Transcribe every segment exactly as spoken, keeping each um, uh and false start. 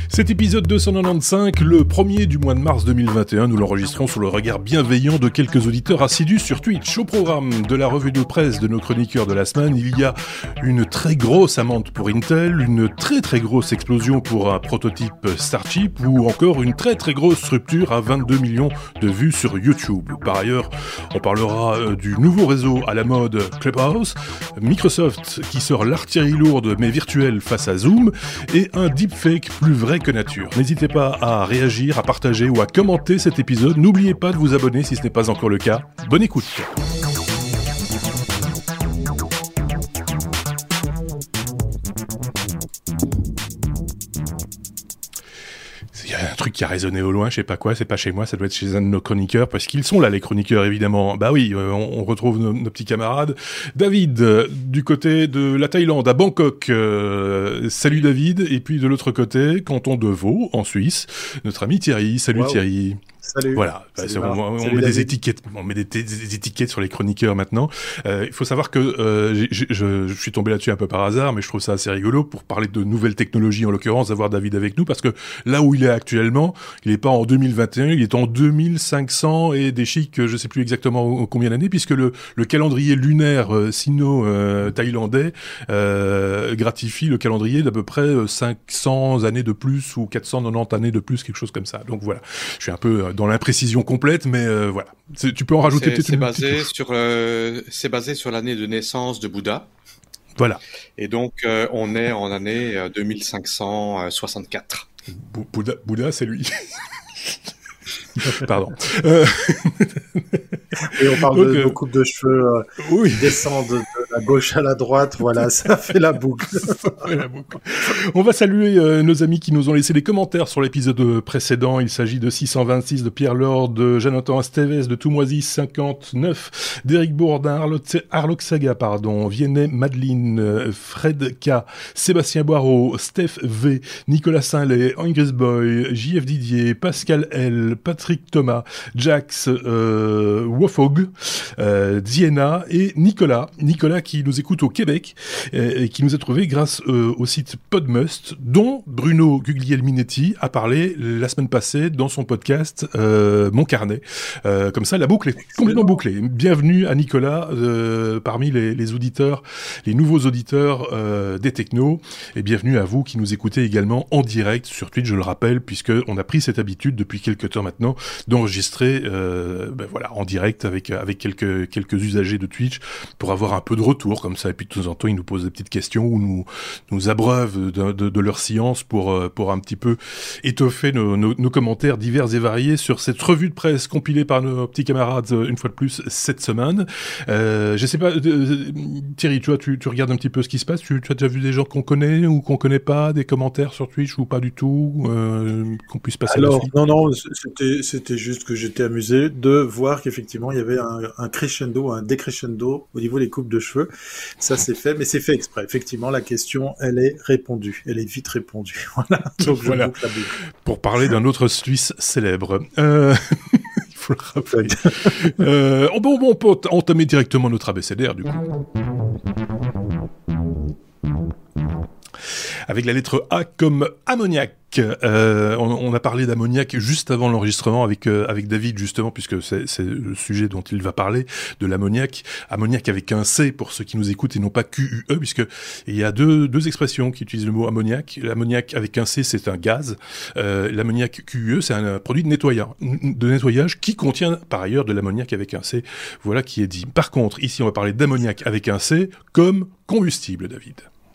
Cet épisode deux cent quatre-vingt-quinze, le premier du mois de mars deux mille vingt et un, nous l'enregistrons sous le regard bienveillant de quelques auditeurs assidus sur Twitch. Au programme de la revue de presse de nos chroniqueurs de la semaine, il y a une très grosse amende pour Intel, une très très grosse explosion pour un prototype Starship ou encore une très très grosse rupture à vingt-deux millions de vues sur YouTube. Par ailleurs, on parlera du nouveau réseau à la mode Clubhouse, Microsoft qui sort l'artillerie lourde mais virtuelle face à Zoom et un deepfake plus vrai que nature. N'hésitez pas à réagir, à partager ou à commenter cet épisode. N'oubliez pas de vous abonner si ce n'est pas encore le cas. Bonne écoute. Il y a un truc qui a résonné au loin, je sais pas quoi, c'est pas chez moi, ça doit être chez un de nos chroniqueurs, parce qu'ils sont là, les chroniqueurs, évidemment. Bah oui, euh, on, on retrouve nos, nos petits camarades. David, euh, du côté de la Thaïlande, à Bangkok. Euh, salut David. Et puis de l'autre côté, canton de Vaud, en Suisse, notre ami Thierry. Salut wow. Thierry. Salut. Voilà, Salut, bah, on, on Salut met David. des étiquettes, on met des, des, des étiquettes sur les chroniqueurs maintenant. Euh, il faut savoir que euh, j'ai, j'ai, je, je suis tombé là-dessus un peu par hasard, mais je trouve ça assez rigolo pour parler de nouvelles technologies, en l'occurrence, d'avoir David avec nous, parce que là où il est actuellement, il n'est pas en deux mille vingt et un, il est en deux mille cinq cents et des chics, je sais plus exactement combien d'années, puisque le, le calendrier lunaire euh, sino-thaïlandais euh, gratifie le calendrier d'à peu près cinq cents années de plus ou quatre cent quatre-vingt-dix années de plus, quelque chose comme ça. Donc voilà, je suis un peu dans l'imprécision complète, mais euh, voilà. C'est, tu peux en rajouter c'est, peut-être c'est une basé petite... sur euh, C'est basé sur l'année de naissance de Bouddha. Voilà. Et donc, euh, on est en année euh, deux mille cinq cent soixante-quatre. Bouddha, Bouddha c'est lui. Pardon. Euh... Et on parle donc, de euh... nos coupes de cheveux euh, oui. qui descendent de la gauche à la droite. Voilà, ça fait la boucle. Ça fait la boucle. On va saluer euh, nos amis qui nous ont laissé des commentaires sur l'épisode précédent. Il s'agit de six cent vingt-six, de Pierre Laure, de Jonathan Esteves, de Toumoisi cinquante-neuf, d'Éric Bourdin, Arlox Saga, pardon, Viennet, Madeline, Fred K, Sébastien Boireau, Steph V, Nicolas Saint-Lay, Ingris Boy, J F Didier, Pascal L, Patrick Thomas, Jax, euh, Wofog, euh, Diana et Nicolas. Nicolas qui nous écoute au Québec et, et qui nous a trouvé grâce euh, au site Podmust, dont Bruno Guglielminetti a parlé la semaine passée dans son podcast euh, Mon Carnet. Euh, comme ça, la boucle est complètement bouclée. Bienvenue à Nicolas euh, parmi les, les auditeurs, les nouveaux auditeurs euh, des technos, et bienvenue à vous qui nous écoutez également en direct sur Twitch, je le rappelle, puisque on a pris cette habitude depuis quelques temps maintenant d'enregistrer euh, ben voilà, en direct avec, avec quelques, quelques usagers de Twitch pour avoir un peu de retour comme ça, et puis de temps en temps ils nous posent des petites questions ou nous, nous abreuvent de, de, de leur science pour, pour un petit peu étoffer nos, nos, nos commentaires divers et variés sur cette revue de presse compilée par nos petits camarades une fois de plus cette semaine. Euh, je sais pas, euh, Thierry, tu vois, tu, tu regardes un petit peu ce qui se passe, tu, tu as déjà vu des gens qu'on connaît ou qu'on connaît pas, des commentaires sur Twitch ou pas du tout, euh, qu'on puisse passer Alors, là-dessus. non, non, c'était, c'était juste que j'étais amusé de voir qu'effectivement il y avait un, un crescendo, un décrescendo au niveau des coupes de cheveux. Ça c'est fait, mais c'est fait exprès. Effectivement, la question, elle est répondue. Elle est vite répondue. Voilà. Donc je voilà. boucle la boucle. Pour parler d'un autre Suisse célèbre. Euh... Il faut le rappeler. euh, bon, bon, on peut entamer directement notre abécédaire, du coup. Avec la lettre A comme ammoniac. Euh, on, on a parlé d'ammoniac juste avant l'enregistrement avec euh, avec David justement, puisque c'est, c'est le sujet dont il va parler, de l'ammoniac. Ammoniac avec un C pour ceux qui nous écoutent et non pas Q U E, puisque il y a deux deux expressions qui utilisent le mot ammoniac. L'ammoniac avec un C, c'est un gaz. Euh, l'ammoniac Q U E, c'est un produit de nettoyage, de nettoyage qui contient par ailleurs de l'ammoniac avec un C. Voilà qui est dit. Par contre, ici, on va parler d'ammoniac avec un C comme combustible, David.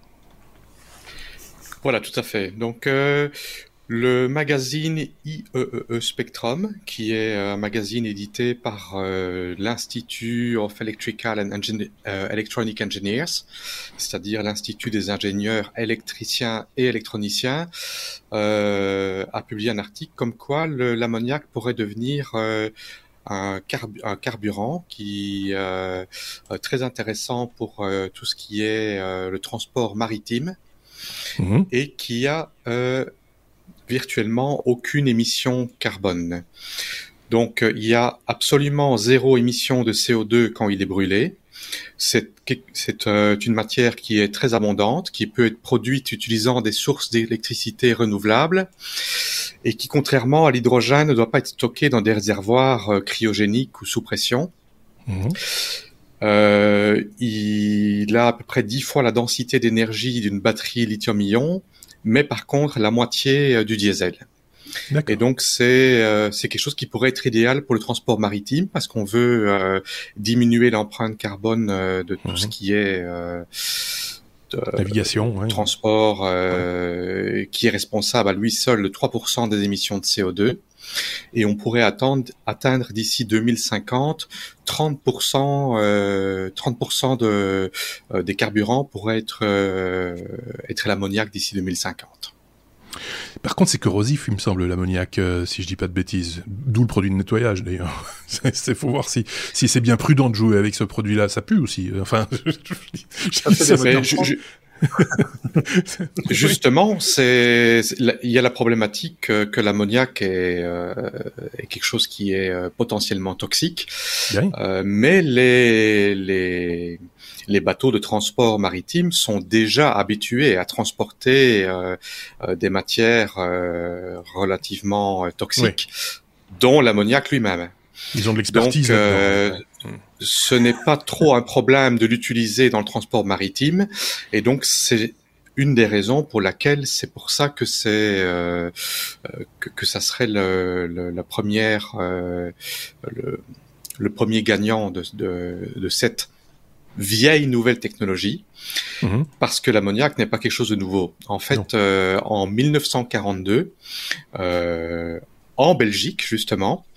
Voilà, tout à fait. Donc, euh, le magazine I E E E Spectrum, qui est un magazine édité par euh, l'Institute of Electrical and Engin- uh, Electronic Engineers, c'est-à-dire l'Institut des ingénieurs électriciens et électroniciens, euh, a publié un article comme quoi le, l'ammoniac pourrait devenir euh, un, carbu- un carburant qui euh, est très intéressant pour euh, tout ce qui est euh, le transport maritime. Mmh. Et qui a euh, virtuellement aucune émission carbone. Donc euh, il y a absolument zéro émission de C O deux quand il est brûlé, C'est, c'est euh, une matière qui est très abondante, qui peut être produite utilisant des sources d'électricité renouvelables et qui, contrairement à l'hydrogène, ne doit pas être stockée dans des réservoirs euh, cryogéniques ou sous pression. Mmh. Euh, il a à peu près dix fois la densité d'énergie d'une batterie lithium-ion, mais par contre la moitié euh, du diesel. D'accord. Et donc c'est euh, c'est quelque chose qui pourrait être idéal pour le transport maritime parce qu'on veut euh, diminuer l'empreinte carbone euh, de tout mmh. ce qui est euh, de, navigation, ouais. transport, euh, ouais. qui est responsable à lui seul de trois pour cent des émissions de C O deux. Et on pourrait attendre, atteindre d'ici deux mille cinquante trente pour cent, euh, trente pour cent de, euh, des carburants pourraient être, euh, être l'ammoniac d'ici deux mille cinquante. Par contre, c'est corrosif, il me semble, l'ammoniac, euh, si je dis pas de bêtises. D'où le produit de nettoyage, d'ailleurs. Il faut voir si, si c'est bien prudent de jouer avec ce produit-là. Ça pue aussi. Enfin, je, je, je, ça fait des je, je, Justement, c'est il y a la problématique que, que l'ammoniac est, euh, est quelque chose qui est euh, potentiellement toxique, euh, mais les les les bateaux de transport maritime sont déjà habitués à transporter euh, euh, des matières euh, relativement toxiques, oui. dont l'ammoniac lui-même. Ils ont de l'expertise. Donc, euh, ce n'est pas trop un problème de l'utiliser dans le transport maritime, et donc c'est une des raisons pour laquelle c'est pour ça que c'est euh, que, que ça serait le, le, la première euh, le, le premier gagnant de, de, de cette vieille nouvelle technologie, mmh. parce que l'ammoniac n'est pas quelque chose de nouveau. En fait, euh, en mille neuf cent quarante-deux, euh, en Belgique justement,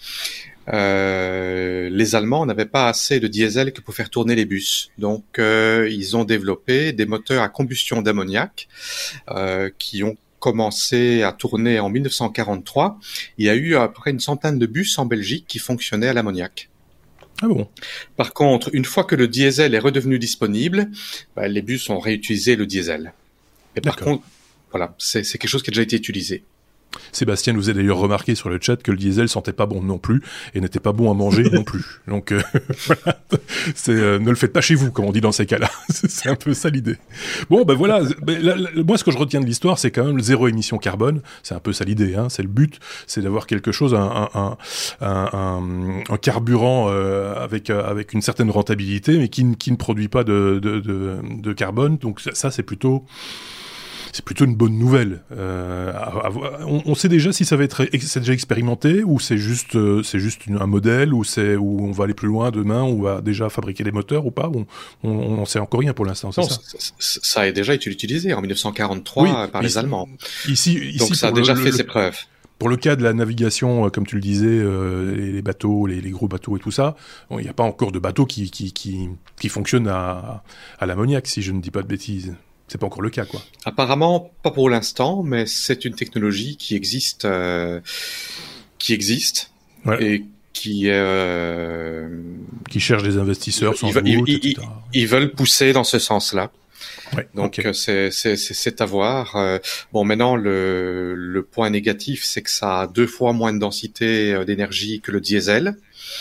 Euh, les Allemands n'avaient pas assez de diesel que pour faire tourner les bus. Donc, euh, ils ont développé des moteurs à combustion d'ammoniac euh, qui ont commencé à tourner en mille neuf cent quarante-trois. Il y a eu à peu près une centaine de bus en Belgique qui fonctionnaient à l'ammoniac. Ah bon. Par contre, une fois que le diesel est redevenu disponible, bah, les bus ont réutilisé le diesel. Et par contre, voilà, c'est, c'est quelque chose qui a déjà été utilisé. Sébastien nous a d'ailleurs remarqué sur le chat que le diesel sentait pas bon non plus et n'était pas bon à manger non plus. Donc euh, voilà, c'est, euh, ne le faites pas chez vous, comme on dit dans ces cas-là. C'est un peu ça l'idée. Bon, ben voilà. Ben, là, là, moi, ce que je retiens de l'histoire, c'est quand même le zéro émission carbone. C'est un peu ça l'idée. Hein. C'est le but, c'est d'avoir quelque chose, un, un, un, un, un carburant euh, avec avec une certaine rentabilité, mais qui, qui ne produit pas de, de, de, de carbone. Donc ça, ça c'est plutôt C'est plutôt une bonne nouvelle. Euh, à, à, on, on sait déjà si ça va être c'est déjà expérimenté ou c'est juste euh, c'est juste une, un modèle ou c'est où on va aller plus loin demain, on va déjà fabriquer des moteurs ou pas. On n'en sait encore rien pour l'instant. C'est non, ça. Ça, ça a déjà été utilisé en mille neuf cent quarante-trois oui, par ici, les Allemands. Ici, ici donc ça a déjà le, fait le, ses preuves. Pour le cas de la navigation, comme tu le disais, euh, les, les bateaux, les, les gros bateaux et tout ça, il n'y a pas encore de bateaux qui qui qui, qui fonctionnent à, à l'ammoniac, si je ne dis pas de bêtises. C'est pas encore le cas, quoi. Apparemment, pas pour l'instant, mais c'est une technologie qui existe, euh, qui existe ouais. et qui euh, qui cherche des investisseurs sans ils, doute, ils, et cetera. Ils, ils veulent pousser dans ce sens-là. Ouais, Donc okay. c'est, c'est c'est c'est à voir. Euh, bon, maintenant le le point négatif, c'est que ça a deux fois moins de densité d'énergie que le diesel.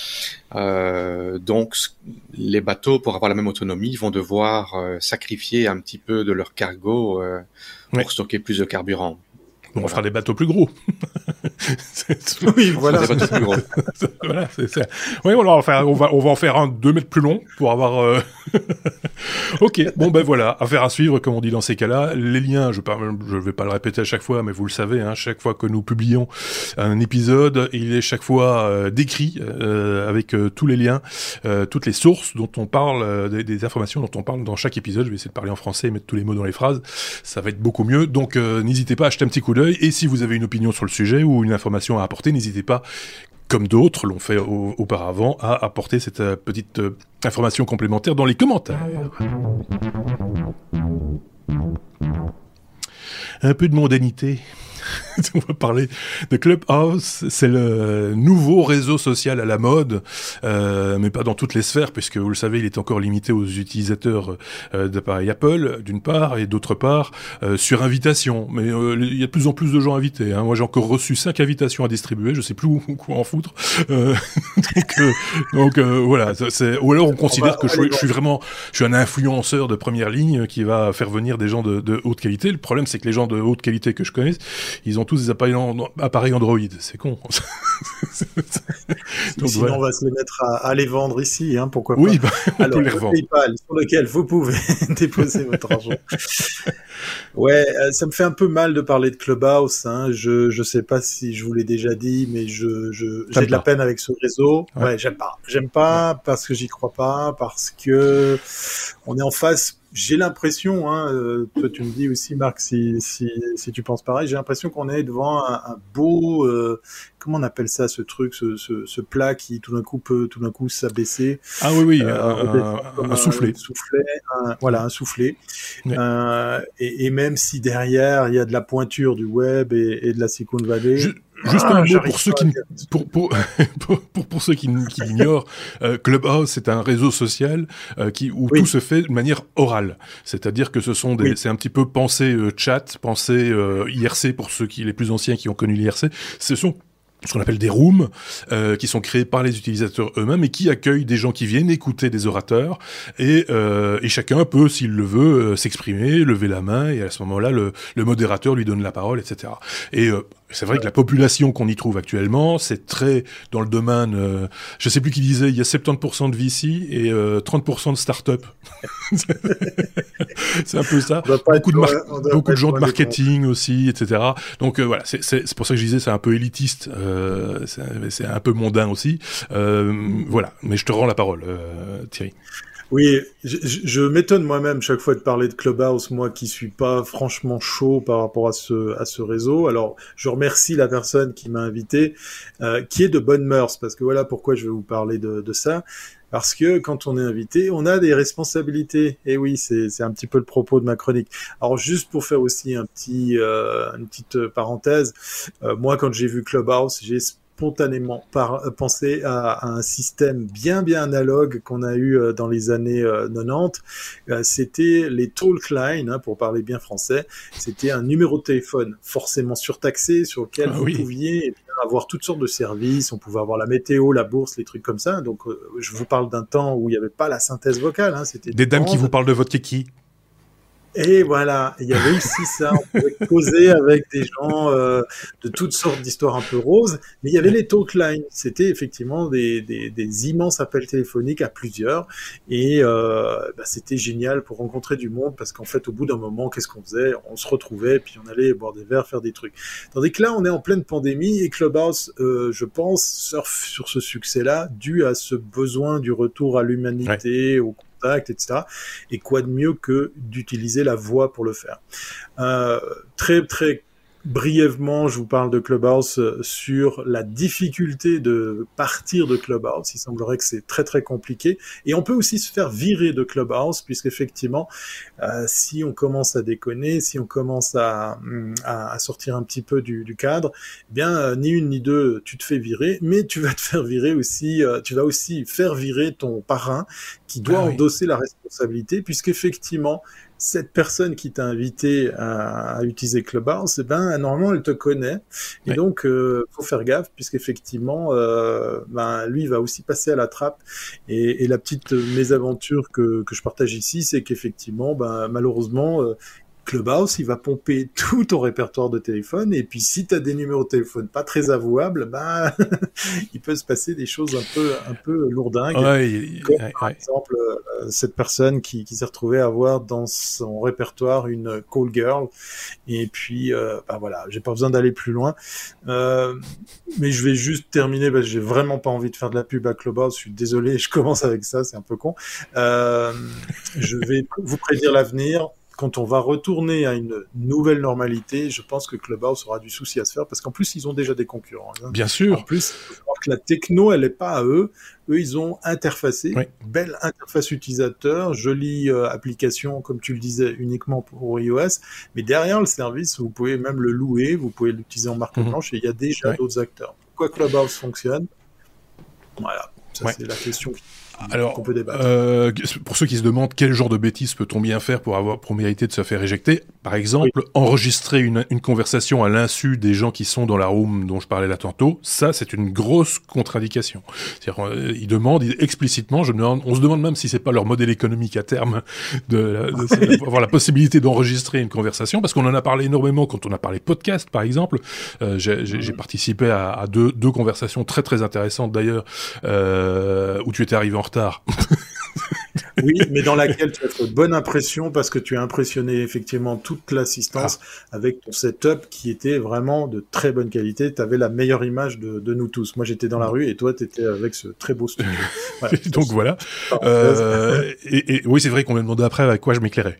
Euh, donc les bateaux, pour avoir la même autonomie, vont devoir euh, sacrifier un petit peu de leur cargo euh, pour ouais. stocker plus de carburant. Bon, on fera des bateaux plus gros. Oui, voilà. Des bateaux plus gros. Voilà, c'est ça. Oui, on va, en faire, on, va, on va en faire un deux mètres plus long pour avoir... Euh... ok, bon ben voilà, affaire à suivre, comme on dit dans ces cas-là. Les liens, je ne vais pas le répéter à chaque fois, mais vous le savez, hein, chaque fois que nous publions un épisode, il est chaque fois euh, décrit euh, avec euh, tous les liens, euh, toutes les sources dont on parle, euh, des, des informations dont on parle dans chaque épisode. Je vais essayer de parler en français et mettre tous les mots dans les phrases. Ça va être beaucoup mieux. Donc euh, n'hésitez pas à jeter un petit coup d'œil. Et si vous avez une opinion sur le sujet ou une information à apporter, n'hésitez pas, comme d'autres l'ont fait au- auparavant, à apporter cette euh, petite euh, information complémentaire dans les commentaires. Un peu de mondanité. On va parler de Clubhouse. C'est le nouveau réseau social à la mode, euh, mais pas dans toutes les sphères, puisque vous le savez, il est encore limité aux utilisateurs euh, d'appareils Apple, d'une part, et d'autre part, euh, sur invitation. Mais euh, il y a de plus en plus de gens invités. Hein. Moi, j'ai encore reçu cinq invitations à distribuer. Je sais plus où, quoi en foutre. Euh, donc, euh, donc euh, voilà. C'est... Ou alors, on considère on va, que je suis, je suis vraiment, je suis un influenceur de première ligne qui va faire venir des gens de, de haute qualité. Le problème, c'est que les gens de haute qualité que je connais, ils ont tous des appareils, en, appareils Android. C'est con. Donc, sinon, ouais. On va se les mettre à, à les vendre ici, hein, pourquoi pas. Oui, bah, on Alors, peut les revendre. PayPal, sur lequel vous pouvez déposer votre argent. Ouais, euh, ça me fait un peu mal de parler de Clubhouse. Hein. Je je sais pas si je vous l'ai déjà dit, mais je je j'ai de la peine avec ce réseau. Ouais, ouais j'aime pas. J'aime pas ouais. parce que j'y crois pas, parce que on est en face. J'ai l'impression, hein, euh, toi tu me dis aussi, Marc, si si si tu penses pareil, j'ai l'impression qu'on est devant un, un beau, euh, comment on appelle ça, ce truc, ce, ce ce plat qui tout d'un coup peut tout d'un coup s'abaisser. Ah oui oui, euh, un, un, un soufflet. Un soufflet, un, voilà, un soufflet. Ouais. Euh, et, et même si derrière il y a de la pointure du web et, et de la Silicon Valley. Je... Juste ah, un mot pour ceux, qui, pour, pour, pour, pour, pour ceux qui, qui l'ignorent, euh, Clubhouse, c'est un réseau social euh, qui, où oui. tout se fait de manière orale. C'est-à-dire que ce sont des, oui. c'est un petit peu pensé euh, chat, pensé euh, I R C pour ceux qui, les plus anciens qui ont connu l'I R C. Ce sont ce qu'on appelle des rooms, euh, qui sont créés par les utilisateurs eux-mêmes et qui accueillent des gens qui viennent écouter des orateurs et, euh, et chacun peut, s'il le veut, euh, s'exprimer, lever la main et à ce moment-là, le, le modérateur lui donne la parole, et cetera. Et euh, c'est vrai que la population qu'on y trouve actuellement, c'est très dans le domaine, euh, je sais plus qui disait, il y a soixante-dix pour cent de V C et euh, trente pour cent de start-up. C'est un peu ça. Beaucoup de, mar- beaucoup de gens de marketing aussi, et cetera. Donc euh, voilà, c'est, c'est, c'est pour ça que je disais, c'est un peu élitiste. Euh, Euh, c'est, c'est un peu mondain aussi. Euh, voilà, mais je te rends la parole, euh, Thierry. Oui, je, je m'étonne moi-même chaque fois de parler de Clubhouse, moi qui suis pas franchement chaud par rapport à ce à ce réseau. Alors, je remercie la personne qui m'a invité, euh, qui est de bonne mœurs, parce que voilà pourquoi je vais vous parler de, de ça. Parce que quand on est invité, on a des responsabilités. Et oui, c'est c'est un petit peu le propos de ma chronique. Alors juste pour faire aussi un petit euh, une petite parenthèse, euh, moi quand j'ai vu Clubhouse, j'ai spontanément par, penser à, à un système bien bien analogue qu'on a eu euh, dans les années euh, quatre-vingt-dix. Euh, c'était les talk line, hein, pour parler bien français. C'était un numéro de téléphone forcément surtaxé sur lequel ah, vous oui. pouviez eh bien, avoir toutes sortes de services. On pouvait avoir la météo, la bourse, les trucs comme ça. Donc euh, je vous parle d'un temps où il n'y avait pas la synthèse vocale. Hein, c'était des dames qui vous parlent de votre kiki. Et voilà, il y avait aussi ça, on pouvait causer avec des gens euh, de toutes sortes d'histoires un peu roses, mais il y avait les talk lines, c'était effectivement des, des, des immenses appels téléphoniques à plusieurs, et euh, bah, c'était génial pour rencontrer du monde, parce qu'en fait, au bout d'un moment, qu'est-ce qu'on faisait ? On se retrouvait, puis on allait boire des verres, faire des trucs. Tandis que là, on est en pleine pandémie, et Clubhouse, euh, je pense, surfe sur ce succès-là, dû à ce besoin du retour à l'humanité, ouais. au contact, et cetera. Et quoi de mieux que d'utiliser la voix pour le faire. Euh, très, très brièvement, je vous parle de Clubhouse sur la difficulté de partir de Clubhouse. Il semblerait que c'est très, très compliqué. Et on peut aussi se faire virer de Clubhouse, puisqu'effectivement, euh, si on commence à déconner, si on commence à, à, à sortir un petit peu du, du cadre, eh bien, euh, ni une ni deux, tu te fais virer, mais tu vas te faire virer aussi, euh, tu vas aussi faire virer ton parrain qui doit ah, oui. endosser la responsabilité, puisqu'effectivement, cette personne qui t'a invité à, à utiliser Clubhouse, eh ben normalement elle te connaît et oui. donc euh, faut faire gaffe puisqu'effectivement euh, ben lui il va aussi passer à la trappe et, et la petite mésaventure que que je partage ici, c'est qu'effectivement ben malheureusement euh, Clubhouse, il va pomper tout ton répertoire de téléphone et puis si tu as des numéros de téléphone pas très avouables, bah il peut se passer des choses un peu un peu lourdingues. Ouais, comme ouais, par ouais. exemple euh, cette personne qui, qui s'est retrouvée à avoir dans son répertoire une call girl et puis euh, bah voilà, j'ai pas besoin d'aller plus loin. Euh, mais je vais juste terminer parce que j'ai vraiment pas envie de faire de la pub à Clubhouse. Je suis désolé, je commence avec ça, c'est un peu con. Euh, je vais vous prédire l'avenir. quand on va retourner à une nouvelle normalité, je pense que Clubhouse aura du souci à se faire parce qu'en plus, ils ont déjà des concurrents. Hein. Bien sûr. En plus, il faut savoir que la techno, elle n'est pas à eux. Eux, ils ont interfacé, oui. Belle interface utilisateur, jolie euh, application, comme tu le disais, uniquement pour iOS. Mais derrière le service, vous pouvez même le louer, vous pouvez l'utiliser en marque mmh. blanche et il y a déjà ouais. d'autres acteurs. Pourquoi Clubhouse fonctionne ? Voilà, ça ouais. c'est la question qui... Alors, qu'on peut débattre. Euh, pour ceux qui se demandent quel genre de bêtises peut-on bien faire pour avoir pour mériter de se faire éjecter, par exemple, oui. enregistrer une, une conversation à l'insu des gens qui sont dans la room dont je parlais là tantôt, ça c'est une grosse contradiction. C'est-à-dire, euh, ils demandent ils, explicitement, je me demande, on se demande même si c'est pas leur modèle économique à terme de, de, de avoir la possibilité d'enregistrer une conversation, parce qu'on en a parlé énormément quand on a parlé podcast, par exemple. Euh, j'ai, j'ai, j'ai participé à, à deux, deux conversations très très intéressantes d'ailleurs, euh, où tu étais arrivé en retard. Oui, mais dans laquelle tu as fait bonne impression parce que tu as impressionné effectivement toute l'assistance ah. avec ton setup qui était vraiment de très bonne qualité. Tu avais la meilleure image de, de nous tous. Moi, j'étais dans la rue et toi, tu étais avec ce très beau studio. Ouais, donc voilà. Euh, et, et oui, c'est vrai qu'on m'a demandé après avec quoi je m'éclairais.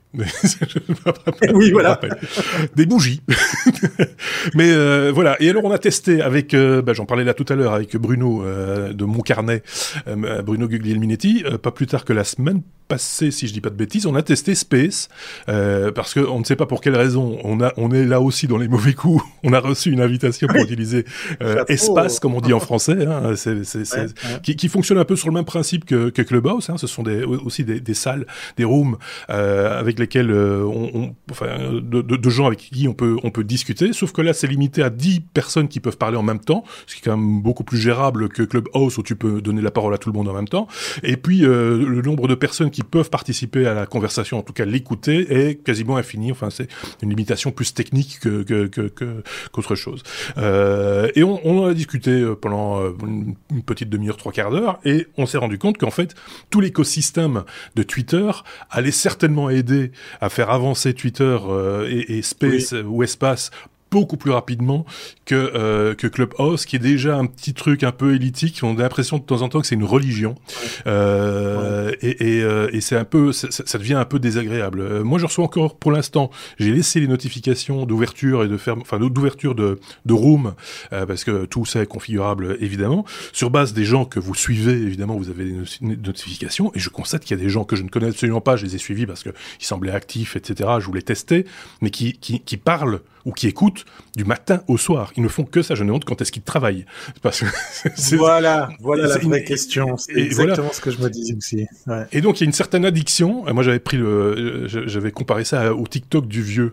Oui, voilà. Des bougies. Mais euh, voilà. Et alors, on a testé avec, euh, bah, j'en parlais là tout à l'heure avec Bruno euh, de Mon Carnet, euh, Bruno Guglielminetti, euh, pas plus tard que la semaine passé, si je dis pas de bêtises, on a testé Space euh, parce que on ne sait pas pour quelle raison. On a, on est là aussi dans les mauvais coups. On a reçu une invitation pour utiliser euh, Espace, comme on dit en français, hein, c'est, c'est, c'est, ouais, ouais. Qui, qui fonctionne un peu sur le même principe que, que Clubhouse. Hein, ce sont des, aussi des, des salles, des rooms euh, avec lesquels euh, on, on, enfin, de, de, de gens avec qui on peut, on peut discuter. Sauf que là, c'est limité à dix personnes qui peuvent parler en même temps, ce qui est quand même beaucoup plus gérable que Clubhouse où tu peux donner la parole à tout le monde en même temps. Et puis euh, le nombre de personnes qui peuvent participer à la conversation, en tout cas l'écouter, est quasiment infini. Enfin, c'est une limitation plus technique que, que, que, que qu'autre chose. Euh, et on, on en a discuté pendant une, une petite demi-heure, trois quarts d'heure, et on s'est rendu compte qu'en fait, tout l'écosystème de Twitter allait certainement aider à faire avancer Twitter euh, et, et Space oui. ou Espace beaucoup plus rapidement que euh, que Clubhouse, qui est déjà un petit truc un peu élitique. On a l'impression de temps en temps que c'est une religion, euh, ouais. et, et, euh, et c'est un peu, ça, ça devient un peu désagréable. Euh, moi, je reçois encore, pour l'instant, j'ai laissé les notifications d'ouverture et de ferme, enfin d'ouverture de de room, euh, parce que tout ça est configurable évidemment sur base des gens que vous suivez. Évidemment, vous avez des notifications, et je constate qu'il y a des gens que je ne connais absolument pas. Je les ai suivis parce que ils semblaient actifs, et cetera. Je voulais tester, mais qui qui qui parlent ou qui écoutent du matin au soir. Ils ne font que ça. Je me demande quand est-ce qu'ils travaillent. Parce que c'est, voilà, voilà la vraie une... question. C'est exactement voilà. ce que je me disais aussi. Ouais. Et donc, il y a une certaine addiction. Moi, j'avais pris le, j'avais comparé ça au TikTok du vieux.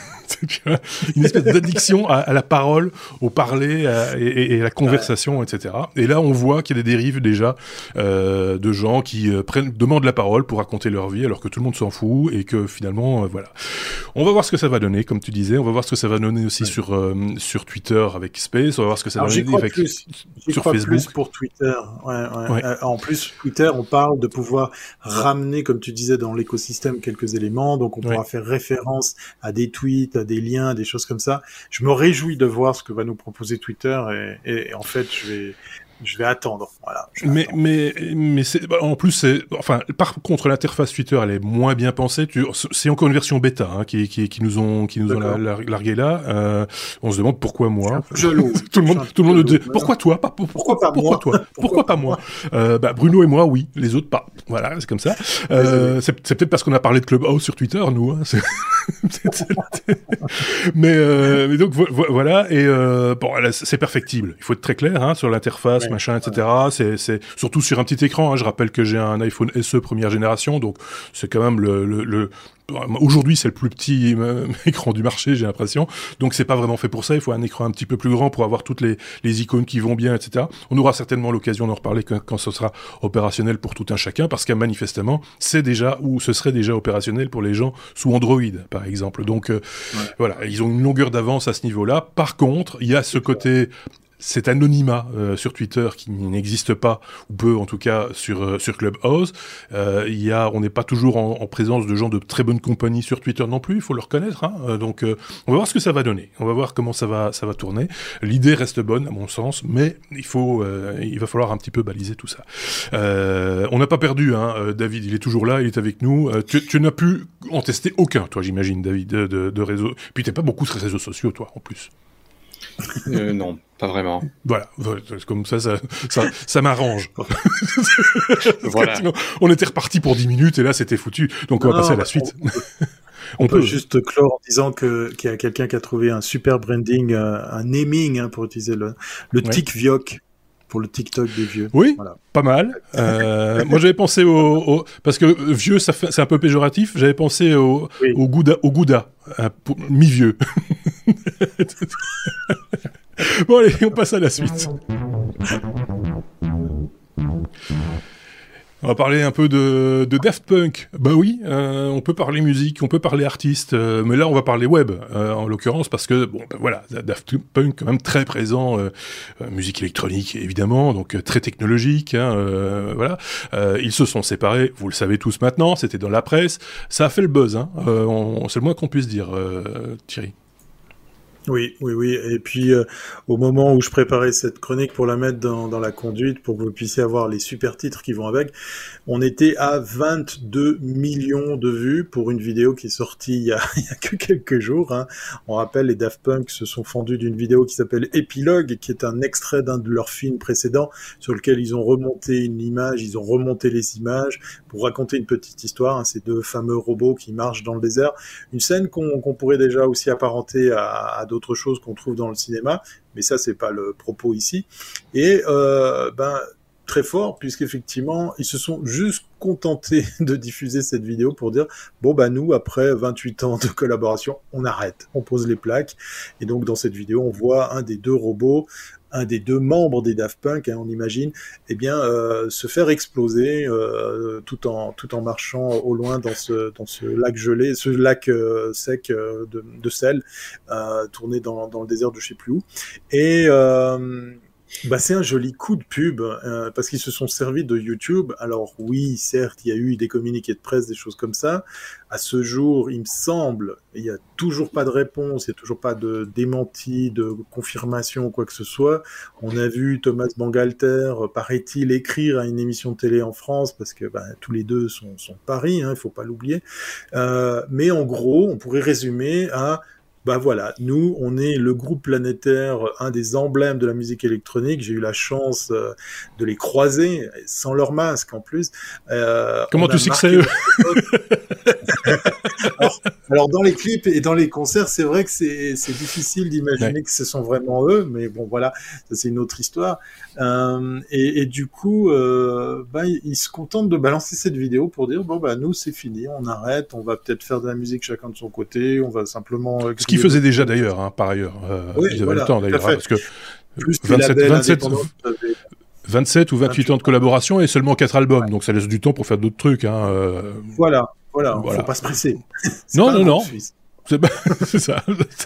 Une espèce d'addiction à, à la parole, au parler à, et, et à la conversation, ouais. et cetera. Et là, on voit qu'il y a des dérives déjà euh, de gens qui euh, prennent, demandent la parole pour raconter leur vie, alors que tout le monde s'en fout et que finalement, euh, voilà. On va voir ce que ça va donner, comme tu disais. On va voir ce que ça va donner aussi ouais. sur euh, sur Twitter avec Space. On va voir ce que ça alors, va donner avec plus. J'y sur crois Facebook. Plus pour Twitter. Ouais, ouais. Ouais. Euh, en plus, Twitter, on parle de pouvoir ramener, comme tu disais, dans l'écosystème quelques éléments. Donc, on pourra ouais. faire référence à des tweets, à des liens, des choses comme ça. Je me réjouis de voir ce que va nous proposer Twitter et, et, et en fait, je vais, je vais attendre. Voilà. Je vais mais, attendre. mais, mais c'est, en plus, c'est, enfin, par contre, l'interface Twitter, elle est moins bien pensée. Tu, c'est encore une version bêta, hein, qui, qui, qui nous ont, qui nous D'accord. ont la, la, largué là. Euh, on se demande pourquoi moi. Jaloux. tout le monde, tout le monde nous dit, pourquoi toi, pas, pourquoi, pourquoi pas pourquoi moi toi, pourquoi, pourquoi pas moi? Euh, bah, Bruno et moi, oui. Les autres, pas. Voilà, c'est comme ça. Euh, c'est, c'est peut-être parce qu'on a parlé de Clubhouse sur Twitter, nous, hein. C'est... mais, euh, mais donc vo- vo- voilà, et euh, bon, là, c'est perfectible. Il faut être très clair, hein, sur l'interface, ouais, machin, et cetera. Ouais. C'est, c'est surtout sur un petit écran. Hein. Je rappelle que j'ai un iPhone S E première génération, donc c'est quand même le, le, le aujourd'hui, c'est le plus petit euh, écran du marché, j'ai l'impression. Donc, c'est pas vraiment fait pour ça. Il faut un écran un petit peu plus grand pour avoir toutes les, les icônes qui vont bien, et cetera. On aura certainement l'occasion d'en reparler quand, quand ce sera opérationnel pour tout un chacun, parce qu'à manifestement, c'est déjà, ou ce serait déjà opérationnel pour les gens sous Android, par exemple. Donc, euh, ouais. voilà, ils ont une longueur d'avance à ce niveau-là. Par contre, il y a ce côté cet anonymat euh, sur Twitter qui n'existe pas, ou peu en tout cas sur euh, sur Clubhouse. Euh, il y a, on n'est pas toujours en, en présence de gens de très bonne compagnie sur Twitter non plus, il faut le reconnaître. Hein. Euh, donc, euh, on va voir ce que ça va donner. On va voir comment ça va ça va tourner. L'idée reste bonne à mon sens, mais il faut, euh, il va falloir un petit peu baliser tout ça. Euh, on n'a pas perdu, hein. Euh, David, il est toujours là, il est avec nous. Euh, tu, tu n'as pu en tester aucun, toi, j'imagine, David, de, de, de réseaux. Puis t'es pas beaucoup sur les réseaux sociaux, toi, en plus. Euh, non, pas vraiment. Voilà, comme ça, ça, ça, ça m'arrange. Voilà. Sinon, on était reparti pour dix minutes et là, c'était foutu. Donc, on va non, passer à la suite. On, on, on peut, peut juste clore en disant que qu'il y a quelqu'un qui a trouvé un super branding, euh, un naming, hein, pour utiliser le, le ouais. TikVioc. Pour le TikTok des vieux. Oui, voilà. Pas mal. Euh, moi, j'avais pensé au, au... Parce que vieux, ça fait... c'est un peu péjoratif. J'avais pensé au, oui. au Gouda, au Gouda euh, pour... mi-vieux. Bon, allez, on passe à la suite. On va parler un peu de, de Daft Punk. Bah oui, euh, on peut parler musique, on peut parler artiste, euh, mais là on va parler web, euh, en l'occurrence, parce que bon, bah voilà, Daft Punk quand même très présent, euh, euh, musique électronique évidemment, donc euh, très technologique, hein, euh, voilà. Euh, ils se sont séparés, vous le savez tous maintenant, c'était dans la presse, ça a fait le buzz, hein, euh, on, c'est le moins qu'on puisse dire, euh, Thierry. Oui, oui, oui. Et puis, euh, au moment où je préparais cette chronique pour la mettre dans, dans la conduite, pour que vous puissiez avoir les super titres qui vont avec, on était à vingt-deux millions de vues pour une vidéo qui est sortie il y a, il y a que quelques jours. Hein. On rappelle, les Daft Punk se sont fendus d'une vidéo qui s'appelle Épilogue, qui est un extrait d'un de leurs films précédents, sur lequel ils ont remonté une image, ils ont remonté les images pour raconter une petite histoire. Hein, ces deux fameux robots qui marchent dans le désert. Une scène qu'on, qu'on pourrait déjà aussi apparenter à, à d'autres autre chose qu'on trouve dans le cinéma, mais ça c'est pas le propos ici. Et euh, ben très fort, puisqu'effectivement ils se sont juste contentés de diffuser cette vidéo pour dire bon bah nous après vingt-huit ans de collaboration on arrête, on pose les plaques. Et donc dans cette vidéo on voit un des deux robots, un des deux membres des Daft Punk, hein, on imagine, eh bien, euh, se faire exploser euh, tout en tout en marchant au loin dans ce dans ce lac gelé, ce lac euh, sec euh, de, de sel, euh, tourné dans dans le désert de je sais plus où. Et euh, bah c'est un joli coup de pub euh, parce qu'ils se sont servis de YouTube. Alors oui, certes, il y a eu des communiqués de presse, des choses comme ça. À ce jour, il me semble, il y a toujours pas de réponse, il y a toujours pas de démenti, de confirmation ou quoi que ce soit. On a vu Thomas Bangalter, paraît-il, écrire à une émission de télé en France parce que bah, tous les deux sont, sont de Paris, hein, il faut pas l'oublier. Euh, mais en gros, on pourrait résumer à bah voilà, nous, on est le groupe planétaire, un des emblèmes de la musique électronique. J'ai eu la chance euh, de les croiser, sans leur masque en plus. Euh, Comment tu sais que c'est eux? alors, alors, dans les clips et dans les concerts, c'est vrai que c'est, c'est difficile d'imaginer ouais. que ce sont vraiment eux, mais bon, voilà, ça c'est une autre histoire. Euh, et, et du coup, euh, bah, ils se contentent de balancer cette vidéo pour dire, bon, bah, nous, c'est fini, on arrête, on va peut-être faire de la musique chacun de son côté, on va simplement... Ce qu'ils faisaient déjà d'ailleurs, hein, par ailleurs. Euh, oui, ils avaient voilà, le temps d'ailleurs, hein, parce que plus vingt-sept, vingt-sept, vingt-sept ou vingt-huit ans de collaboration et seulement quatre albums, ouais. Donc ça laisse du temps pour faire d'autres trucs. Hein, euh... Voilà, voilà, voilà, faut pas se presser. Non, non, non, c'est, c'est ça.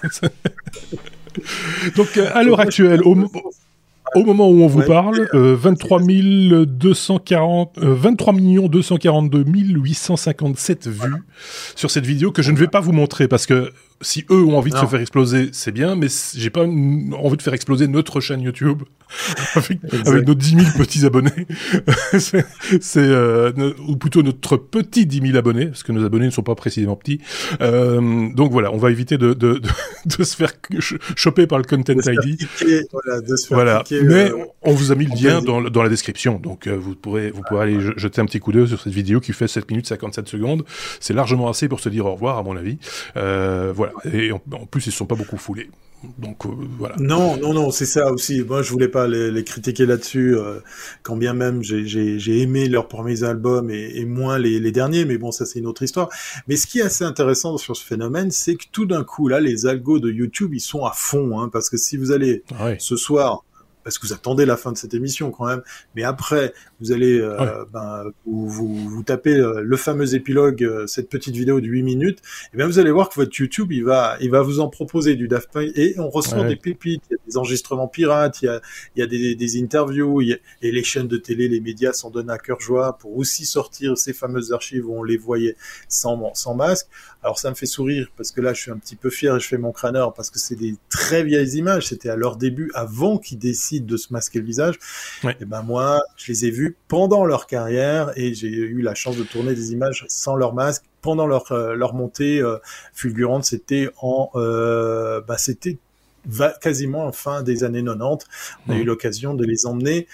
Donc à l'heure actuelle, au... Au moment où on vous ouais. parle, euh, vingt-trois mille deux cent quarante, euh, vingt-trois millions deux cent quarante-deux mille huit cent cinquante-sept vues sur cette vidéo que je ne vais pas vous montrer parce que si eux ont envie de non. se faire exploser, c'est bien, mais j'ai pas envie de faire exploser notre chaîne YouTube avec, avec nos dix mille petits abonnés. c'est, c'est euh, ou plutôt notre petit dix mille abonnés, parce que nos abonnés ne sont pas précisément petits. Euh, donc voilà, on va éviter de, de, de, de se faire choper par le Content I D. Piquer, voilà, de se faire voilà. piquer, mais euh, on vous a mis le lien dans, dans la description, donc euh, vous pourrez, vous pourrez aller jeter un petit coup d'œil sur cette vidéo qui fait sept minutes cinquante-sept secondes. C'est largement assez pour se dire au revoir, à mon avis. Euh, voilà. Et en, en plus, ils ne sont pas beaucoup foulés. Donc, euh, voilà. Non, non, non, c'est ça aussi. Moi, je voulais pas les, les critiquer là-dessus, euh, quand bien même j'ai, j'ai, j'ai aimé leurs premiers albums et, et moins les, les derniers, mais bon, ça, c'est une autre histoire. Mais ce qui est assez intéressant sur ce phénomène, c'est que tout d'un coup, là, les algos de YouTube, ils sont à fond, hein, parce que si vous allez ah oui. ce soir parce que vous attendez la fin de cette émission quand même, mais après, vous allez, euh, ouais. ben, vous, vous, vous tapez euh, le fameux épilogue, euh, cette petite vidéo de huit minutes, et bien vous allez voir que votre YouTube, il va, il va vous en proposer du Daft Punk, et on ressent ouais. des pépites, il y a des enregistrements pirates, il y a, il y a des, des interviews, il y a, et les chaînes de télé, les médias s'en donnent à cœur joie pour aussi sortir ces fameuses archives où on les voyait sans, sans masque. Alors ça me fait sourire, parce que là, je suis un petit peu fier et je fais mon crâneur, parce que c'est des très vieilles images, c'était à leur début, avant qu'ils décident de se masquer le visage. Ouais. Et ben moi, je les ai vus pendant leur carrière et j'ai eu la chance de tourner des images sans leur masque pendant leur euh, leur montée euh, fulgurante. C'était en euh, bah c'était va, quasiment en fin des années quatre-vingt-dix. On a mmh. eu l'occasion de les emmener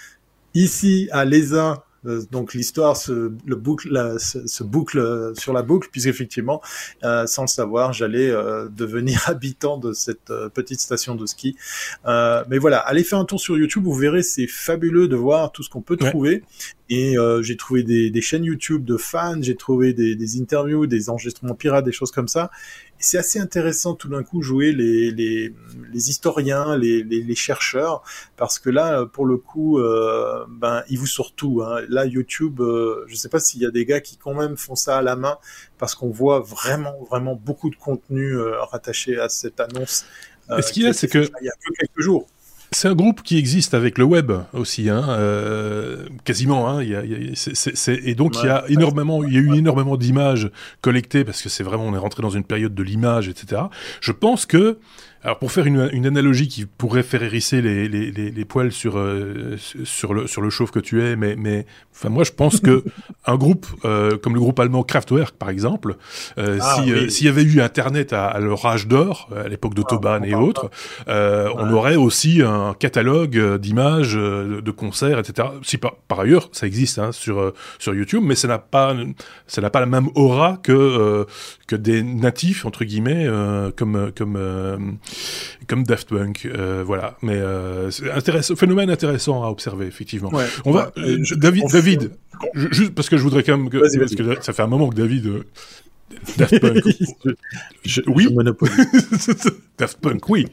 ici à Lézin. Euh, donc l'histoire se, le boucle, la, se, se boucle sur la boucle, puisqu'effectivement, euh, sans le savoir, j'allais euh, devenir habitant de cette euh, petite station de ski. Euh, mais voilà, allez faire un tour sur YouTube, vous verrez, c'est fabuleux de voir tout ce qu'on peut ouais. trouver. Et euh, j'ai trouvé des, des chaînes YouTube de fans, j'ai trouvé des, des interviews, des enregistrements pirates, des choses comme ça. Et c'est assez intéressant tout d'un coup jouer les, les, les historiens, les, les, les chercheurs, parce que là, pour le coup, euh, ben ils vous sortent tout. Hein. Là, YouTube, euh, je sais pas s'il y a des gars qui quand même font ça à la main, parce qu'on voit vraiment, vraiment beaucoup de contenu euh, rattaché à cette annonce. Euh, Et ce qu'il y a, c'est que il y a que quelques jours. C'est un groupe qui existe avec le web aussi, hein, euh, quasiment. Hein, il y a, il y a, c'est, c'est, c'est, et donc ouais, il y a énormément, il y a eu énormément d'images collectées parce que c'est vraiment, on est rentré dans une période de l'image, et cetera. Je pense que, alors pour faire une, une analogie qui pourrait faire hérisser les, les, les, les poils sur euh, sur le sur le chauve que tu es, mais mais enfin moi je pense que un groupe euh, comme le groupe allemand Kraftwerk par exemple, euh, ah, si oui. euh, s'il y avait eu Internet à, à leur âge d'or, à l'époque d'Autobahn ah, et autres, euh, ouais. on aurait aussi un catalogue d'images, de concerts, et cetera. Si par, par ailleurs ça existe hein, sur sur YouTube, mais ça n'a pas ça n'a pas la même aura que euh, que des natifs entre guillemets euh, comme comme euh, comme Daft Punk, euh, voilà. Mais euh, c'est intéressant, phénomène intéressant à observer effectivement. Ouais, on va, ouais, euh, je, David, David, je, juste parce que je voudrais quand même que, vas-y, vas-y. Parce que ça fait un moment que David euh, Daft Punk. je, je, oui. Je monopolise. Daft Punk, oui.